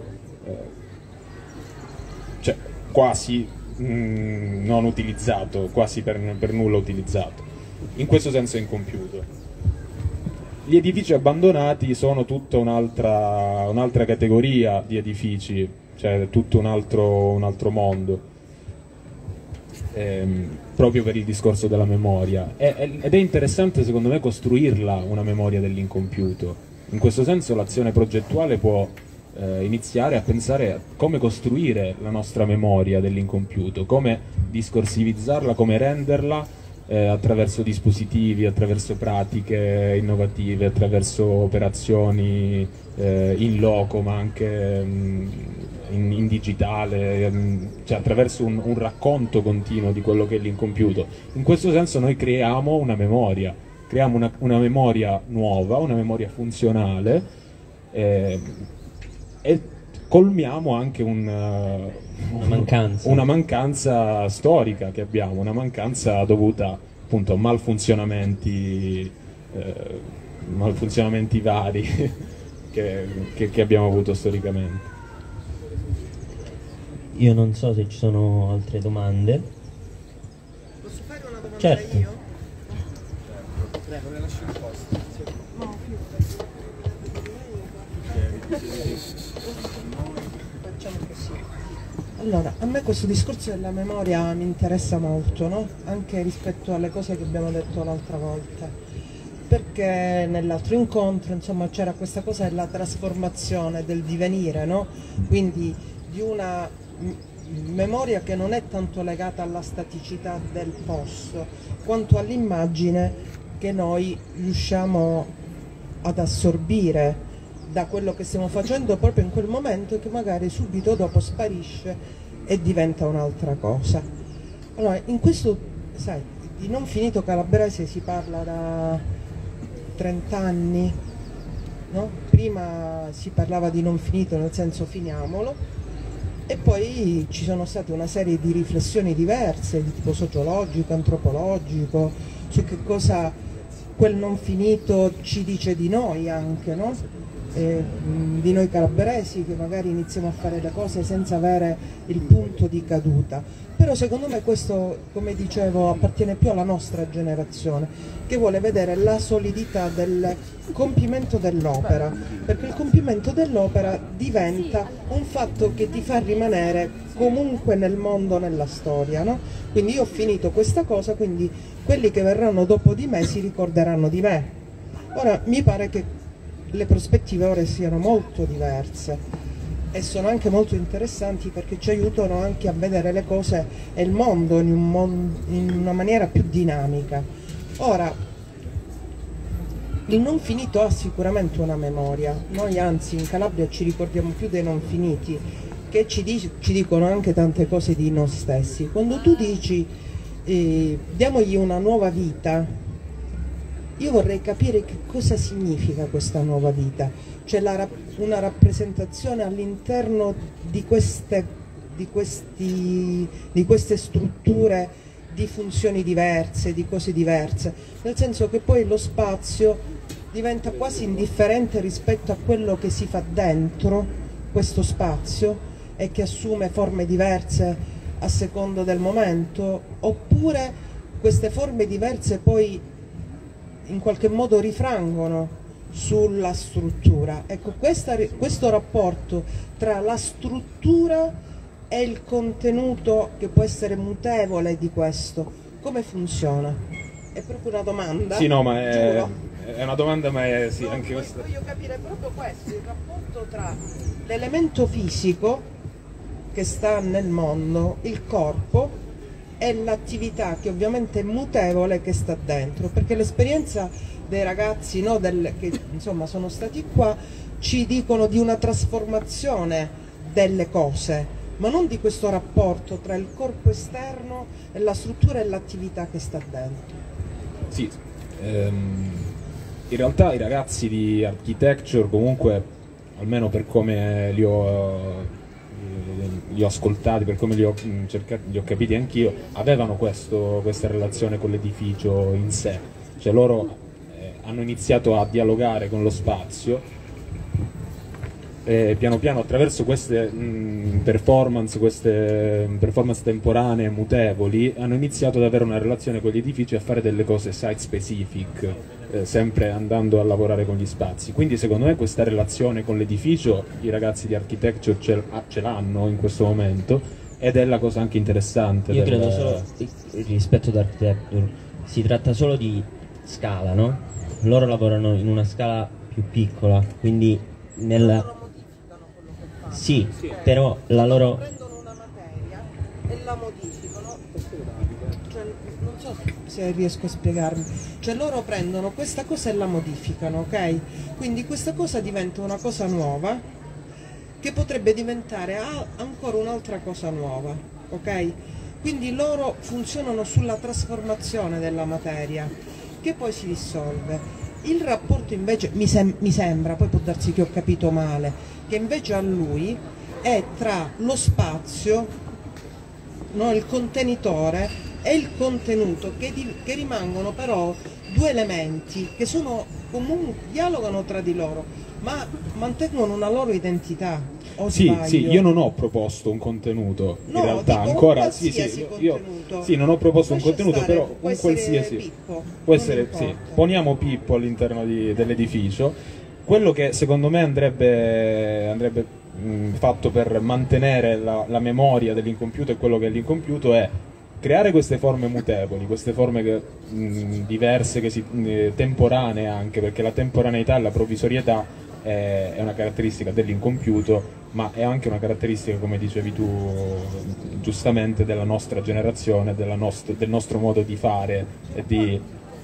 Speaker 2: cioè, quasi non utilizzato, quasi per nulla utilizzato. In questo senso è incompiuto. Gli edifici abbandonati sono tutta un'altra categoria di edifici, cioè tutto un altro mondo. proprio per il discorso della memoria, ed è interessante secondo me costruirla una memoria dell'incompiuto. In questo senso l'azione progettuale può iniziare a pensare a come costruire la nostra memoria dell'incompiuto, come discorsivizzarla, come renderla attraverso dispositivi, attraverso pratiche innovative, attraverso operazioni in loco ma anche in digitale, cioè attraverso un racconto continuo di quello che è l'incompiuto. In questo senso noi creiamo una memoria, creiamo una memoria nuova, una memoria funzionale, e colmiamo anche una mancanza storica che abbiamo, una mancanza dovuta appunto a malfunzionamenti vari che abbiamo avuto storicamente.
Speaker 3: Io non so se ci sono altre domande.
Speaker 4: Posso fare una domanda
Speaker 3: Certo.
Speaker 4: io?
Speaker 5: Prego, le lascio il posto.
Speaker 4: Facciamo così. Allora, a me questo discorso della memoria mi interessa molto, no? Anche rispetto alle cose che abbiamo detto l'altra volta. Perché nell'altro incontro, insomma, c'era questa cosa della trasformazione, del divenire, no? Quindi di una memoria che non è tanto legata alla staticità del posto, quanto all'immagine che noi riusciamo ad assorbire da quello che stiamo facendo proprio in quel momento, che magari subito dopo sparisce e diventa un'altra cosa. Allora, in questo, sai, di Non finito calabrese si parla da 30 anni, no? Prima si parlava di non finito nel senso finiamolo, e poi ci sono state una serie di riflessioni diverse di tipo sociologico, antropologico, su che cosa quel non finito ci dice di noi anche, no? Di noi calabresi che magari iniziamo a fare le cose senza avere il punto di caduta. Però secondo me questo, come dicevo, appartiene più alla nostra generazione, che vuole vedere la solidità del compimento dell'opera, perché il compimento dell'opera diventa un fatto che ti fa rimanere comunque nel mondo, nella storia, no? Quindi io ho finito questa cosa, quindi quelli che verranno dopo di me si ricorderanno di me. Ora mi pare che le prospettive ora siano molto diverse e sono anche molto interessanti, perché ci aiutano anche a vedere le cose e il mondo in una maniera più dinamica. Ora, il non finito ha sicuramente una memoria. Noi anzi in Calabria ci ricordiamo più dei non finiti, che ci dicono anche tante cose di noi stessi. Quando tu dici diamogli una nuova vita, io vorrei capire che cosa significa questa nuova vita. C'è una rappresentazione all'interno di queste strutture di funzioni diverse, di cose diverse, nel senso che poi lo spazio diventa quasi indifferente rispetto a quello che si fa dentro questo spazio e che assume forme diverse a secondo del momento, oppure queste forme diverse poi in qualche modo rifrangono sulla struttura. Ecco, questo rapporto tra la struttura e il contenuto, che può essere mutevole, di questo, come funziona? È proprio una domanda?
Speaker 2: Sì, no, ma
Speaker 4: Giuro.
Speaker 2: è una domanda, ma è sì,
Speaker 4: No,
Speaker 2: anche questa.
Speaker 4: voglio capire proprio questo, il rapporto tra l'elemento fisico che sta nel mondo, il corpo, e l'attività che ovviamente è mutevole che sta dentro, perché l'esperienza dei ragazzi, no, che insomma sono stati qua, ci dicono di una trasformazione delle cose, ma non di questo rapporto tra il corpo esterno e la struttura e l'attività che sta dentro.
Speaker 2: Sì, in realtà i ragazzi di Architecture, comunque, almeno per come li ho ascoltati, per come li ho capiti anch'io, avevano questa relazione con l'edificio in sé, cioè loro hanno iniziato a dialogare con lo spazio e piano piano, attraverso queste performance temporanee mutevoli, hanno iniziato ad avere una relazione con gli edifici e a fare delle cose site specific, sempre andando a lavorare con gli spazi. Quindi secondo me questa relazione con l'edificio i ragazzi di Architecture ce l'hanno in questo momento, ed è la cosa anche interessante.
Speaker 3: Io credo solo rispetto ad Architecture si tratta solo di scala, no? Loro lavorano in una scala più piccola, quindi nella... Sì, però la loro...
Speaker 4: Prendono una materia e la modificano, cioè, non so se riesco a spiegarmi, cioè loro prendono questa cosa e la modificano, ok? Quindi questa cosa diventa una cosa nuova che potrebbe diventare ancora un'altra cosa nuova, ok? Quindi loro funzionano sulla trasformazione della materia che poi si dissolve. Il rapporto invece mi sembra, poi può darsi che ho capito male, che invece a lui è tra lo spazio, no, il contenitore e il contenuto, che rimangono però due elementi che sono comunque, dialogano tra di loro, ma mantengono una loro identità.
Speaker 2: Sì, io non ho proposto un contenuto,
Speaker 4: no,
Speaker 2: in realtà
Speaker 4: dico
Speaker 2: ancora
Speaker 4: un
Speaker 2: io non ho proposto un contenuto,
Speaker 4: stare,
Speaker 2: però un qualsiasi
Speaker 4: Pippo,
Speaker 2: può essere, sì, poniamo Pippo all'interno dell'edificio. Quello che secondo me andrebbe fatto per mantenere la memoria dell'incompiuto e quello che è l'incompiuto è creare queste forme mutevoli, queste forme diverse, temporanee anche, perché la temporaneità e la provvisorietà è una caratteristica dell'incompiuto, ma è anche una caratteristica, come dicevi tu giustamente, della nostra generazione, del nostro modo di fare e di...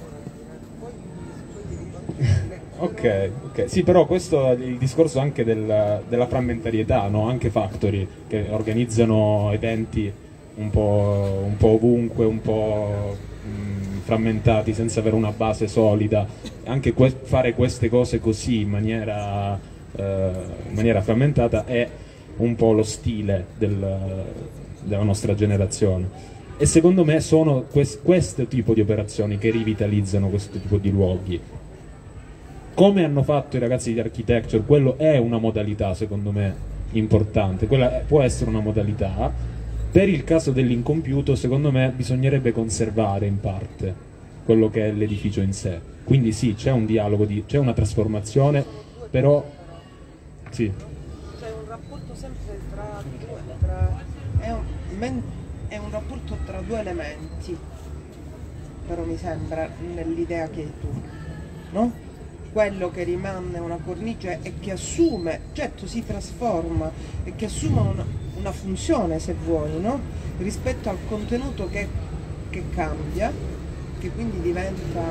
Speaker 2: Ok, sì, però questo è il discorso anche della frammentarietà, no? Anche Factory, che organizzano eventi un po' ovunque, un po' frammentati, senza avere una base solida. Anche fare queste cose così in maniera frammentata è un po' lo stile della nostra generazione. E secondo me sono questo tipo di operazioni che rivitalizzano questo tipo di luoghi. Come hanno fatto i ragazzi di Architecture, quello è una modalità secondo me importante, quella può essere una modalità. Per il caso dell'incompiuto secondo me bisognerebbe conservare in parte quello che è l'edificio in sé, quindi sì, c'è un dialogo, c'è una trasformazione, però sì.
Speaker 4: C'è un rapporto sempre è un rapporto tra due elementi, però mi sembra, nell'idea che hai tu, no? Quello che rimane una cornice e che assume, certo si trasforma e che assume una funzione, se vuoi, no? Rispetto al contenuto che cambia, che quindi diventa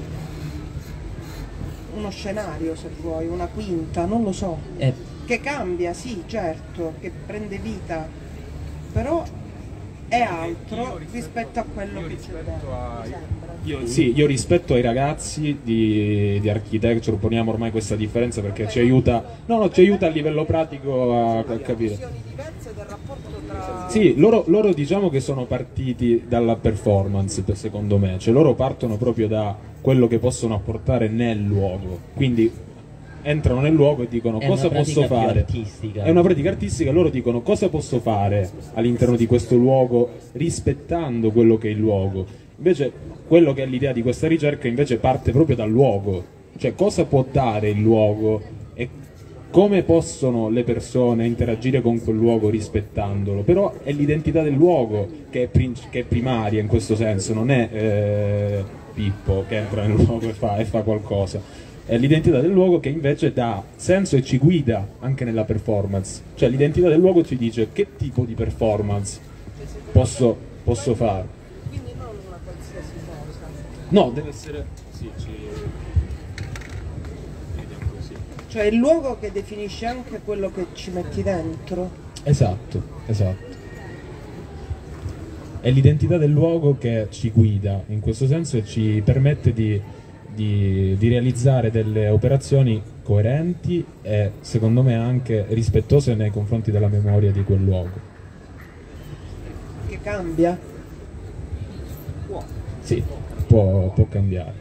Speaker 4: uno scenario, se vuoi, una quinta, non lo so, che cambia, sì, certo, che prende vita, però è altro rispetto a quello che c'è dentro.
Speaker 2: Io rispetto ai ragazzi di Architecture, poniamo ormai questa differenza perché ci aiuta, ci aiuta a livello pratico a capire.
Speaker 4: Diverse del rapporto tra...
Speaker 2: Sì, loro diciamo che sono partiti dalla performance, secondo me, cioè loro partono proprio da quello che possono apportare nel luogo, quindi entrano nel luogo e dicono cosa posso fare. È una pratica artistica, loro dicono cosa posso fare all'interno di questo luogo rispettando quello che è il luogo. Invece quello che è l'idea di questa ricerca invece parte proprio dal luogo, cioè cosa può dare il luogo e come possono le persone interagire con quel luogo rispettandolo. Però è l'identità del luogo che è primaria in questo senso, non è Pippo che entra nel luogo e fa qualcosa. È l'identità del luogo che invece dà senso e ci guida anche nella performance, cioè l'identità del luogo ci dice che tipo di performance posso fare.
Speaker 4: Quindi non una qualsiasi cosa.
Speaker 2: No, deve essere... Sì, vediamo così.
Speaker 4: Cioè il luogo che definisce anche quello che ci metti dentro.
Speaker 2: Esatto. È l'identità del luogo che ci guida in questo senso e ci permette di realizzare delle operazioni coerenti e secondo me anche rispettose nei confronti della memoria di quel luogo.
Speaker 4: Che cambia?
Speaker 2: Sì, può cambiare.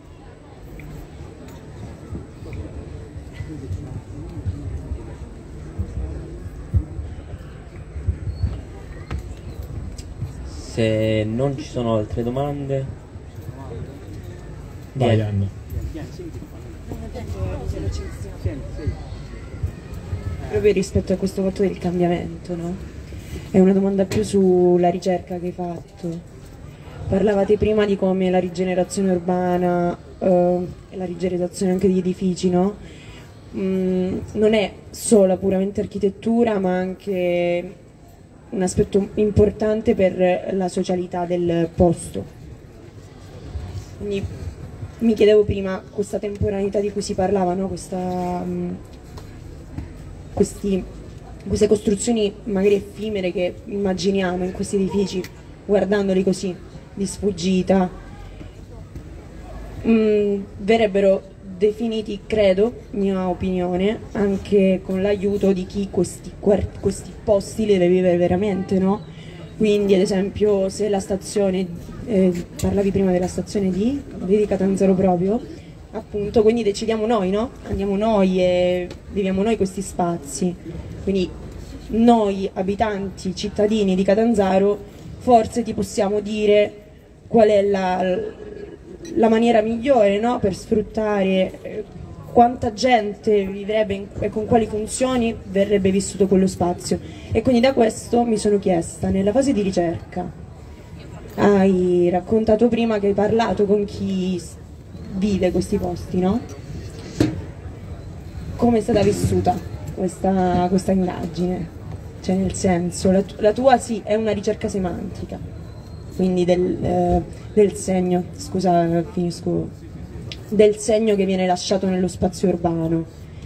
Speaker 3: Se non ci sono altre domande...
Speaker 2: Vai Anna.
Speaker 6: Proprio rispetto a questo fatto del cambiamento, no? è una domanda più sulla ricerca che hai fatto. Parlavate prima di come la rigenerazione urbana e la rigenerazione anche degli edifici, no? Non è solo puramente architettura, ma anche un aspetto importante per la socialità del posto. Quindi mi chiedevo prima, questa temporaneità di cui si parlava, no? Queste costruzioni magari effimere che immaginiamo in questi edifici, guardandoli così di sfuggita, verrebbero definiti, credo, mia opinione, anche con l'aiuto di chi questi posti li deve vivere veramente, no? Quindi ad esempio se la stazione, parlavi prima della stazione di Catanzaro proprio, appunto, quindi decidiamo noi, no? Andiamo noi e viviamo noi questi spazi, quindi noi abitanti, cittadini di Catanzaro, forse ti possiamo dire qual è la maniera migliore, no? Per sfruttare quanta gente vivrebbe e con quali funzioni verrebbe vissuto quello spazio. E quindi da questo mi sono chiesta, nella fase di ricerca, hai raccontato prima che hai parlato con chi vive questi posti, no? Come è stata vissuta questa indagine? Cioè, nel senso, la tua sì è una ricerca semantica, quindi del segno, scusa, finisco, del segno che viene lasciato nello spazio urbano,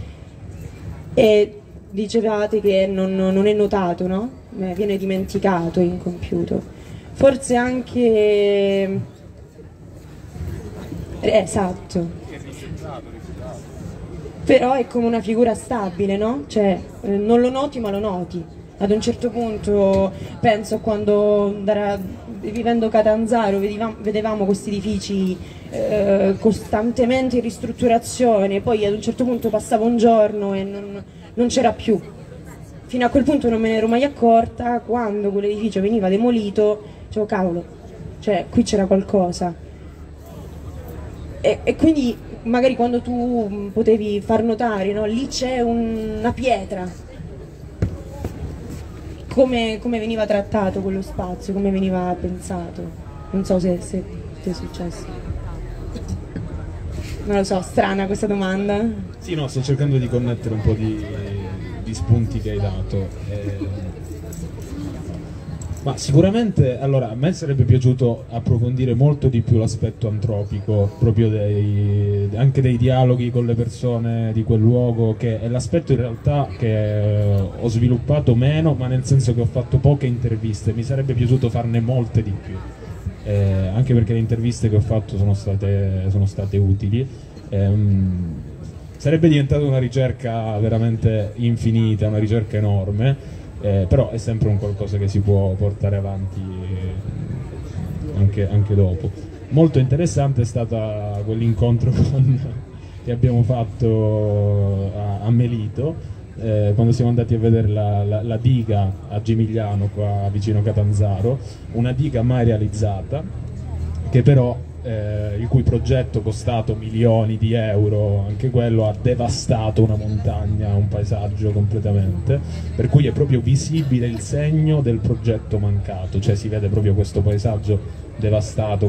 Speaker 6: e dicevate che non è notato, no? Viene dimenticato, incompiuto, forse anche esatto, però è come una figura stabile, no? Cioè non lo noti ma lo noti. Ad un certo punto penso a quando vivendo a Catanzaro vedevamo questi edifici costantemente in ristrutturazione, poi ad un certo punto passava un giorno e non c'era più. Fino a quel punto non me ne ero mai accorta, quando quell'edificio veniva demolito dicevo cavolo, cioè qui c'era qualcosa. E quindi magari quando tu potevi far notare, no? Lì c'è una pietra. Come veniva trattato quello spazio, come veniva pensato? Non so se ti è successo. Non lo so, strana questa domanda.
Speaker 2: Sì, no, sto cercando di connettere un po' di spunti che hai dato. Ma sicuramente, allora, a me sarebbe piaciuto approfondire molto di più l'aspetto antropico, proprio anche dei dialoghi con le persone di quel luogo, che è l'aspetto in realtà che ho sviluppato meno, ma nel senso che ho fatto poche interviste, mi sarebbe piaciuto farne molte di più, anche perché le interviste che ho fatto sono state utili. Sarebbe diventata una ricerca veramente infinita, una ricerca enorme. Però è sempre un qualcosa che si può portare avanti anche dopo. Molto interessante è stato quell'incontro che abbiamo fatto a Melito, quando siamo andati a vedere la diga a Gimigliano, qua vicino Catanzaro, una diga mai realizzata, che però il cui progetto, costato milioni di euro, anche quello, ha devastato una montagna, un paesaggio completamente, per cui è proprio visibile il segno del progetto mancato, cioè si vede proprio questo paesaggio devastato,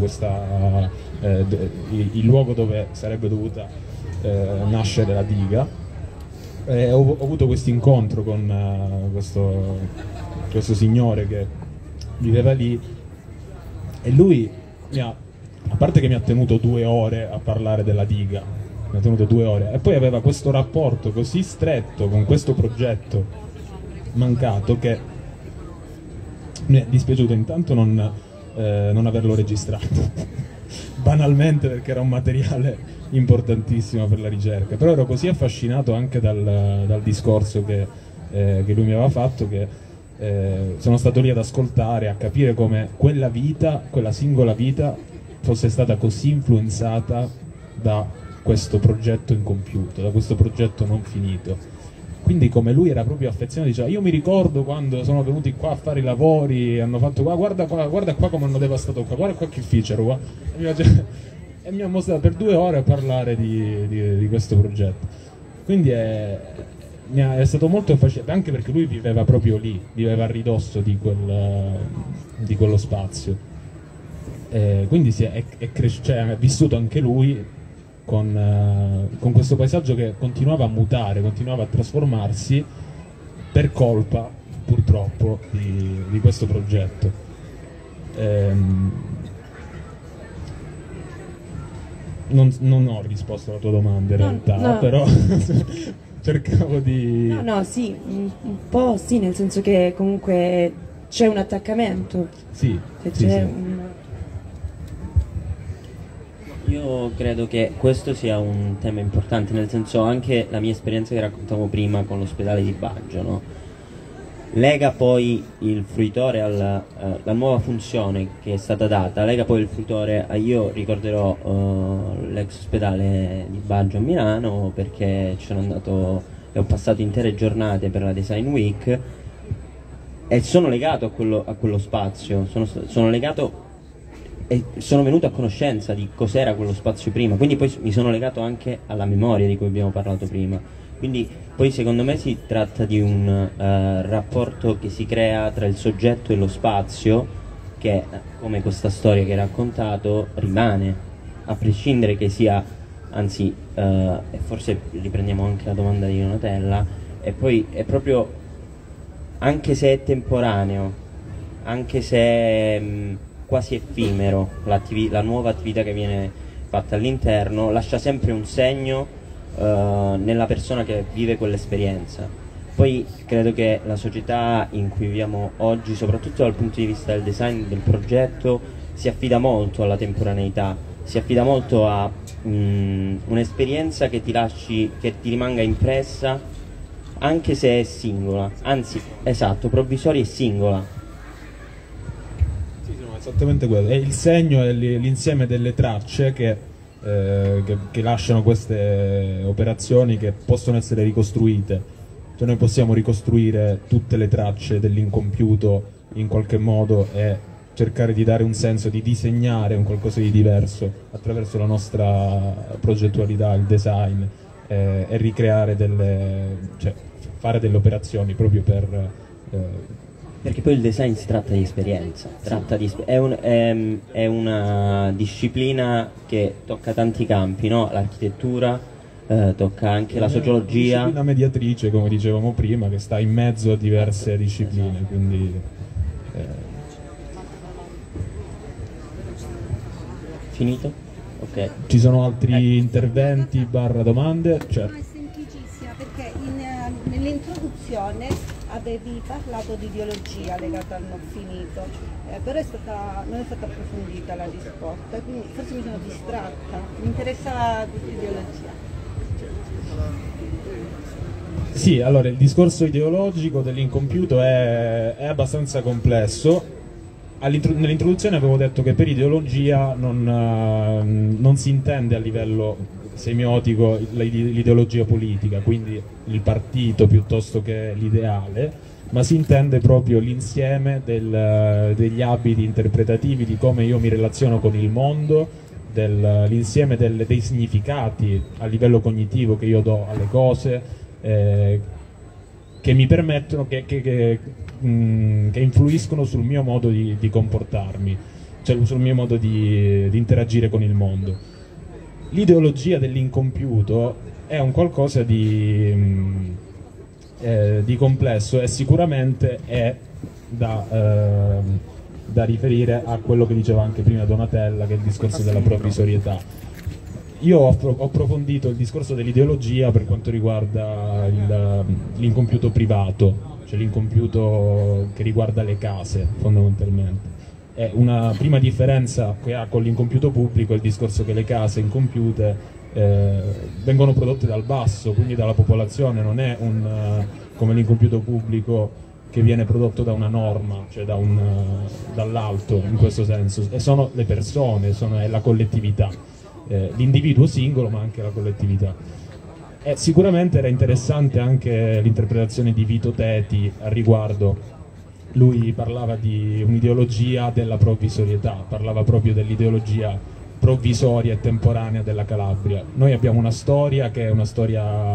Speaker 2: il luogo dove sarebbe dovuta nascere la diga. Ho avuto questo incontro con questo signore che viveva lì, e lui a parte che mi ha tenuto 2 ore a parlare della diga, mi ha tenuto 2 ore, e poi aveva questo rapporto così stretto con questo progetto mancato che mi è dispiaciuto intanto non averlo registrato banalmente, perché era un materiale importantissimo per la ricerca, però ero così affascinato anche dal discorso che lui mi aveva fatto, che sono stato lì ad ascoltare, a capire come quella vita, quella singola vita, fosse stata così influenzata da questo progetto incompiuto, da questo progetto non finito. Quindi come lui era proprio affezionato, diceva: io mi ricordo quando sono venuti qua a fare i lavori, hanno fatto qua, guarda qua come hanno devastato qua, guarda qua che fecero qua, e mi ha mostrato per 2 ore a parlare di questo progetto. Quindi è stato molto affascinante, anche perché lui viveva proprio lì, viveva a ridosso di quello spazio, quindi cioè, ha vissuto anche lui con questo paesaggio che continuava a mutare, continuava a trasformarsi per colpa, purtroppo, di questo progetto. Non ho risposto alla tua domanda in realtà,
Speaker 6: no.
Speaker 2: però cercavo di...
Speaker 6: No, sì, un po' sì, nel senso che comunque c'è un attaccamento.
Speaker 2: Sì,
Speaker 6: Se
Speaker 2: sì,
Speaker 6: c'è
Speaker 2: sì.
Speaker 6: un...
Speaker 3: Io credo che questo sia un tema importante, nel senso anche la mia esperienza che raccontavo prima con l'ospedale di Baggio, no? Lega poi il fruitore alla la nuova funzione che è stata data, lega poi il fruitore io ricorderò l'ex ospedale di Baggio a Milano, perché ci sono andato e ho passato intere giornate per la Design Week e sono legato a quello spazio, sono legato e sono venuto a conoscenza di cos'era quello spazio prima, quindi poi mi sono legato anche alla memoria di cui abbiamo parlato prima. Quindi poi secondo me si tratta di un rapporto che si crea tra il soggetto e lo spazio, che come questa storia che hai raccontato rimane, a prescindere che sia, anzi, e forse riprendiamo anche la domanda di Donatella, e poi è proprio, anche se è temporaneo, anche se è quasi effimero, la nuova attività che viene fatta all'interno, lascia sempre un segno nella persona che vive quell'esperienza. Poi credo che la società in cui viviamo oggi, soprattutto dal punto di vista del design del progetto, si affida molto alla temporaneità, si affida molto a un'esperienza che che ti rimanga impressa, anche se è singola, anzi, esatto, provvisoria e singola.
Speaker 2: Sì, no, esattamente quello. E il segno è l'insieme delle tracce che lasciano queste operazioni, che possono essere ricostruite. Cioè noi possiamo ricostruire tutte le tracce dell'incompiuto in qualche modo e cercare di dare un senso, di disegnare un qualcosa di diverso attraverso la nostra progettualità, il design, e ricreare cioè fare delle operazioni proprio per...
Speaker 3: Perché poi il design si tratta di esperienza, è una disciplina che tocca tanti campi, no? L'architettura, tocca anche la sociologia.
Speaker 2: Una mediatrice, come dicevamo prima, che sta in mezzo a diverse discipline,
Speaker 3: esatto.
Speaker 2: Quindi...
Speaker 3: Finito? Ok.
Speaker 2: Ci sono altri interventi / domande? Certo.
Speaker 7: No, è semplicissima, perché nell'introduzione avevi parlato di ideologia legata al non finito, però non è stata approfondita la risposta, quindi forse mi sono distratta, mi interessava l'ideologia.
Speaker 2: Sì, allora il discorso ideologico dell'incompiuto è abbastanza complesso. Nell'introduzione avevo detto che per ideologia non si intende a livello semiotico l'ideologia politica, quindi il partito piuttosto che l'ideale, ma si intende proprio l'insieme degli abiti interpretativi, di come io mi relaziono con il mondo, l'insieme dei significati a livello cognitivo che io do alle cose, che mi permettono, che influiscono sul mio modo di comportarmi, cioè sul mio modo di interagire con il mondo. L'ideologia dell'incompiuto è un qualcosa di complesso, e sicuramente è da riferire a quello che diceva anche prima Donatella, che è il discorso della provvisorietà. Io ho approfondito il discorso dell'ideologia per quanto riguarda l'incompiuto privato, cioè l'incompiuto che riguarda le case fondamentalmente. È una prima differenza che ha con l'incompiuto pubblico è il discorso che le case incompiute vengono prodotte dal basso, quindi dalla popolazione, non è come l'incompiuto pubblico che viene prodotto da una norma, cioè dall'alto in questo senso, e sono le persone, è la collettività, l'individuo singolo ma anche la collettività. Sicuramente era interessante anche l'interpretazione di Vito Teti al riguardo. Lui parlava di un'ideologia della provvisorietà, parlava proprio dell'ideologia provvisoria e temporanea della Calabria. Noi abbiamo una storia che è una storia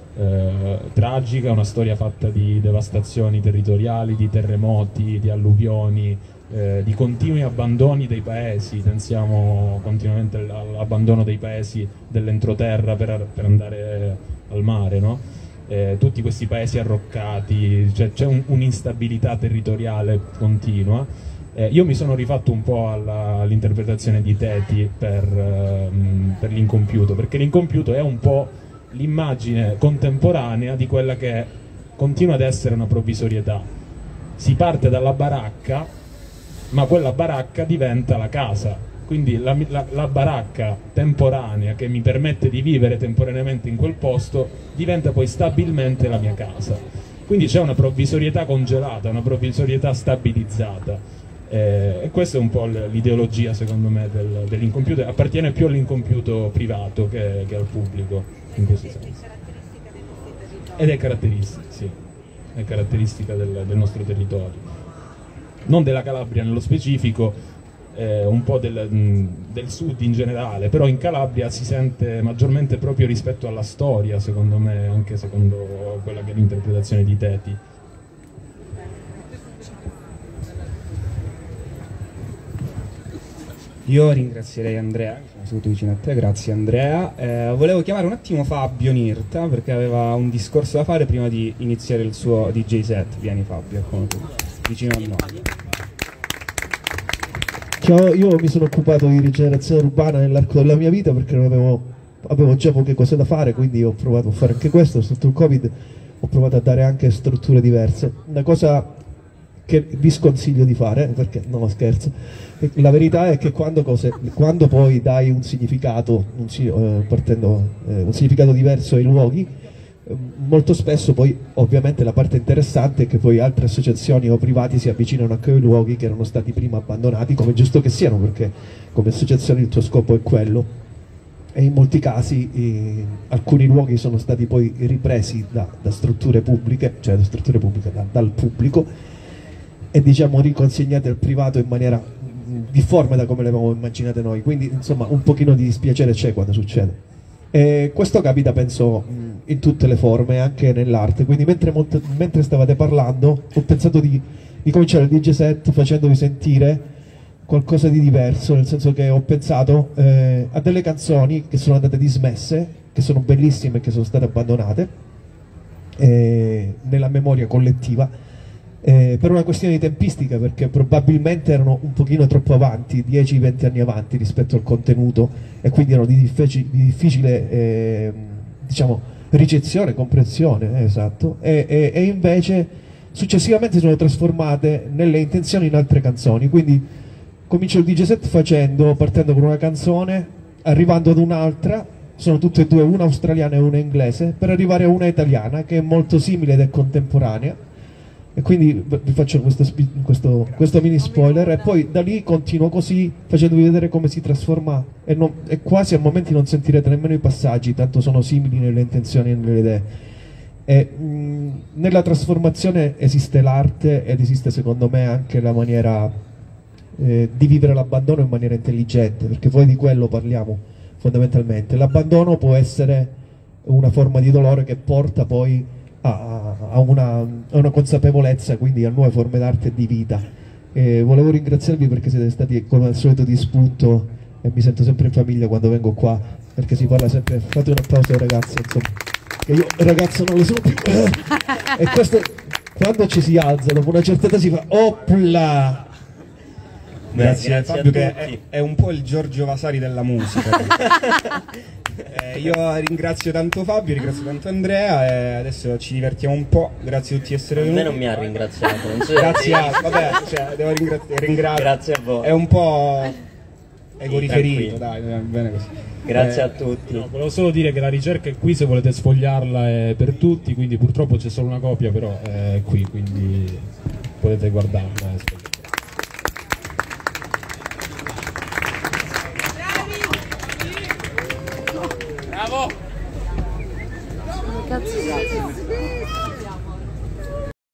Speaker 2: tragica, una storia fatta di devastazioni territoriali, di terremoti, di alluvioni, di continui abbandoni dei paesi. Pensiamo continuamente all'abbandono dei paesi dell'entroterra per andare al mare, no? Tutti questi paesi arroccati, cioè, c'è un'instabilità territoriale continua. Io mi sono rifatto un po' all'interpretazione di Teti per l'Incompiuto, perché l'Incompiuto è un po' l'immagine contemporanea di quella che continua ad essere una provvisorietà. Si parte dalla baracca, ma quella baracca diventa la casa, quindi la baracca temporanea che mi permette di vivere temporaneamente in quel posto diventa poi stabilmente la mia casa. Quindi c'è una provvisorietà congelata, una provvisorietà stabilizzata. E questa è un po' l'ideologia, secondo me, dell'Incompiuto. Appartiene più all'Incompiuto privato che al pubblico, in questo senso. Ed è caratteristica, sì, è caratteristica del nostro territorio. Non della Calabria nello specifico, un po' del sud in generale, però in Calabria si sente maggiormente proprio rispetto alla storia, secondo me, anche secondo quella che è l'interpretazione di Teti.
Speaker 1: Io ringrazierei Andrea, che sono seduto vicino a te, grazie Andrea. Volevo chiamare un attimo Fabio Nirta perché aveva un discorso da fare prima di iniziare il suo DJ set. Vieni Fabio, come tu, vicino a noi.
Speaker 8: Ciao, io mi sono occupato di rigenerazione urbana nell'arco della mia vita perché avevo già poche cose da fare, quindi ho provato a fare anche questo. Sotto il Covid ho provato a dare anche strutture diverse. Una cosa che vi sconsiglio di fare, perché no, scherzo, la verità è che quando poi dai un significato, un significato diverso ai luoghi, molto spesso poi ovviamente la parte interessante è che poi altre associazioni o privati si avvicinano a quei luoghi che erano stati prima abbandonati, come è giusto che siano, perché come associazione il tuo scopo è quello, e in molti casi alcuni luoghi sono stati poi ripresi da strutture pubbliche, cioè da strutture pubbliche dal pubblico, e diciamo riconsegnate al privato in maniera difforme da come le avevamo immaginate noi. Quindi insomma un pochino di dispiacere c'è quando succede, e questo capita penso in tutte le forme, anche nell'arte. Quindi mentre stavate parlando ho pensato di cominciare il DJ set facendovi sentire qualcosa di diverso, nel senso che ho pensato a delle canzoni che sono andate dismesse, che sono bellissime e che sono state abbandonate nella memoria collettiva, per una questione di tempistica, perché probabilmente erano un pochino troppo avanti, 10-20 anni avanti rispetto al contenuto, e quindi erano di difficile diciamo ricezione, comprensione, esatto, e invece successivamente si sono trasformate nelle intenzioni in altre canzoni. Quindi comincio il DJ set partendo con una canzone, arrivando ad un'altra, sono tutte e due, una australiana e una inglese, per arrivare a una italiana che è molto simile ed è contemporanea. E quindi vi faccio questo mini spoiler, e poi da lì continuo così facendovi vedere come si trasforma, e quasi a momenti non sentirete nemmeno i passaggi, tanto sono simili nelle intenzioni e nelle idee. Nella trasformazione esiste l'arte, ed esiste secondo me anche la maniera di vivere l'abbandono in maniera intelligente, perché poi di quello parliamo fondamentalmente. L'abbandono può essere una forma di dolore che porta poi a una consapevolezza, quindi a nuove forme d'arte e di vita. Volevo ringraziarvi perché siete stati come al solito di spunto, e mi sento sempre in famiglia quando vengo qua, perché si parla sempre, fate un applauso ai ragazzi, insomma, che io ragazzo non lo sono più. E questo, quando ci si alza dopo una certa età, si fa opla.
Speaker 1: Grazie Fabio, che è un po' il Giorgio Vasari della musica. Io ringrazio tanto Fabio, ringrazio tanto Andrea, e adesso ci divertiamo un po'. Grazie a tutti di essere venuti.
Speaker 3: A me non mi ha ringraziato, non so.
Speaker 1: Grazie vabbè, cioè, devo ringraziare.
Speaker 3: Grazie a voi.
Speaker 1: È un po' egoriferito, dai, bene così.
Speaker 3: Grazie a tutti.
Speaker 2: No, volevo solo dire che la ricerca è qui, se volete sfogliarla è per tutti, quindi purtroppo c'è solo una copia, però è qui, quindi potete guardarla.
Speaker 5: Bravo!
Speaker 9: Cazzo.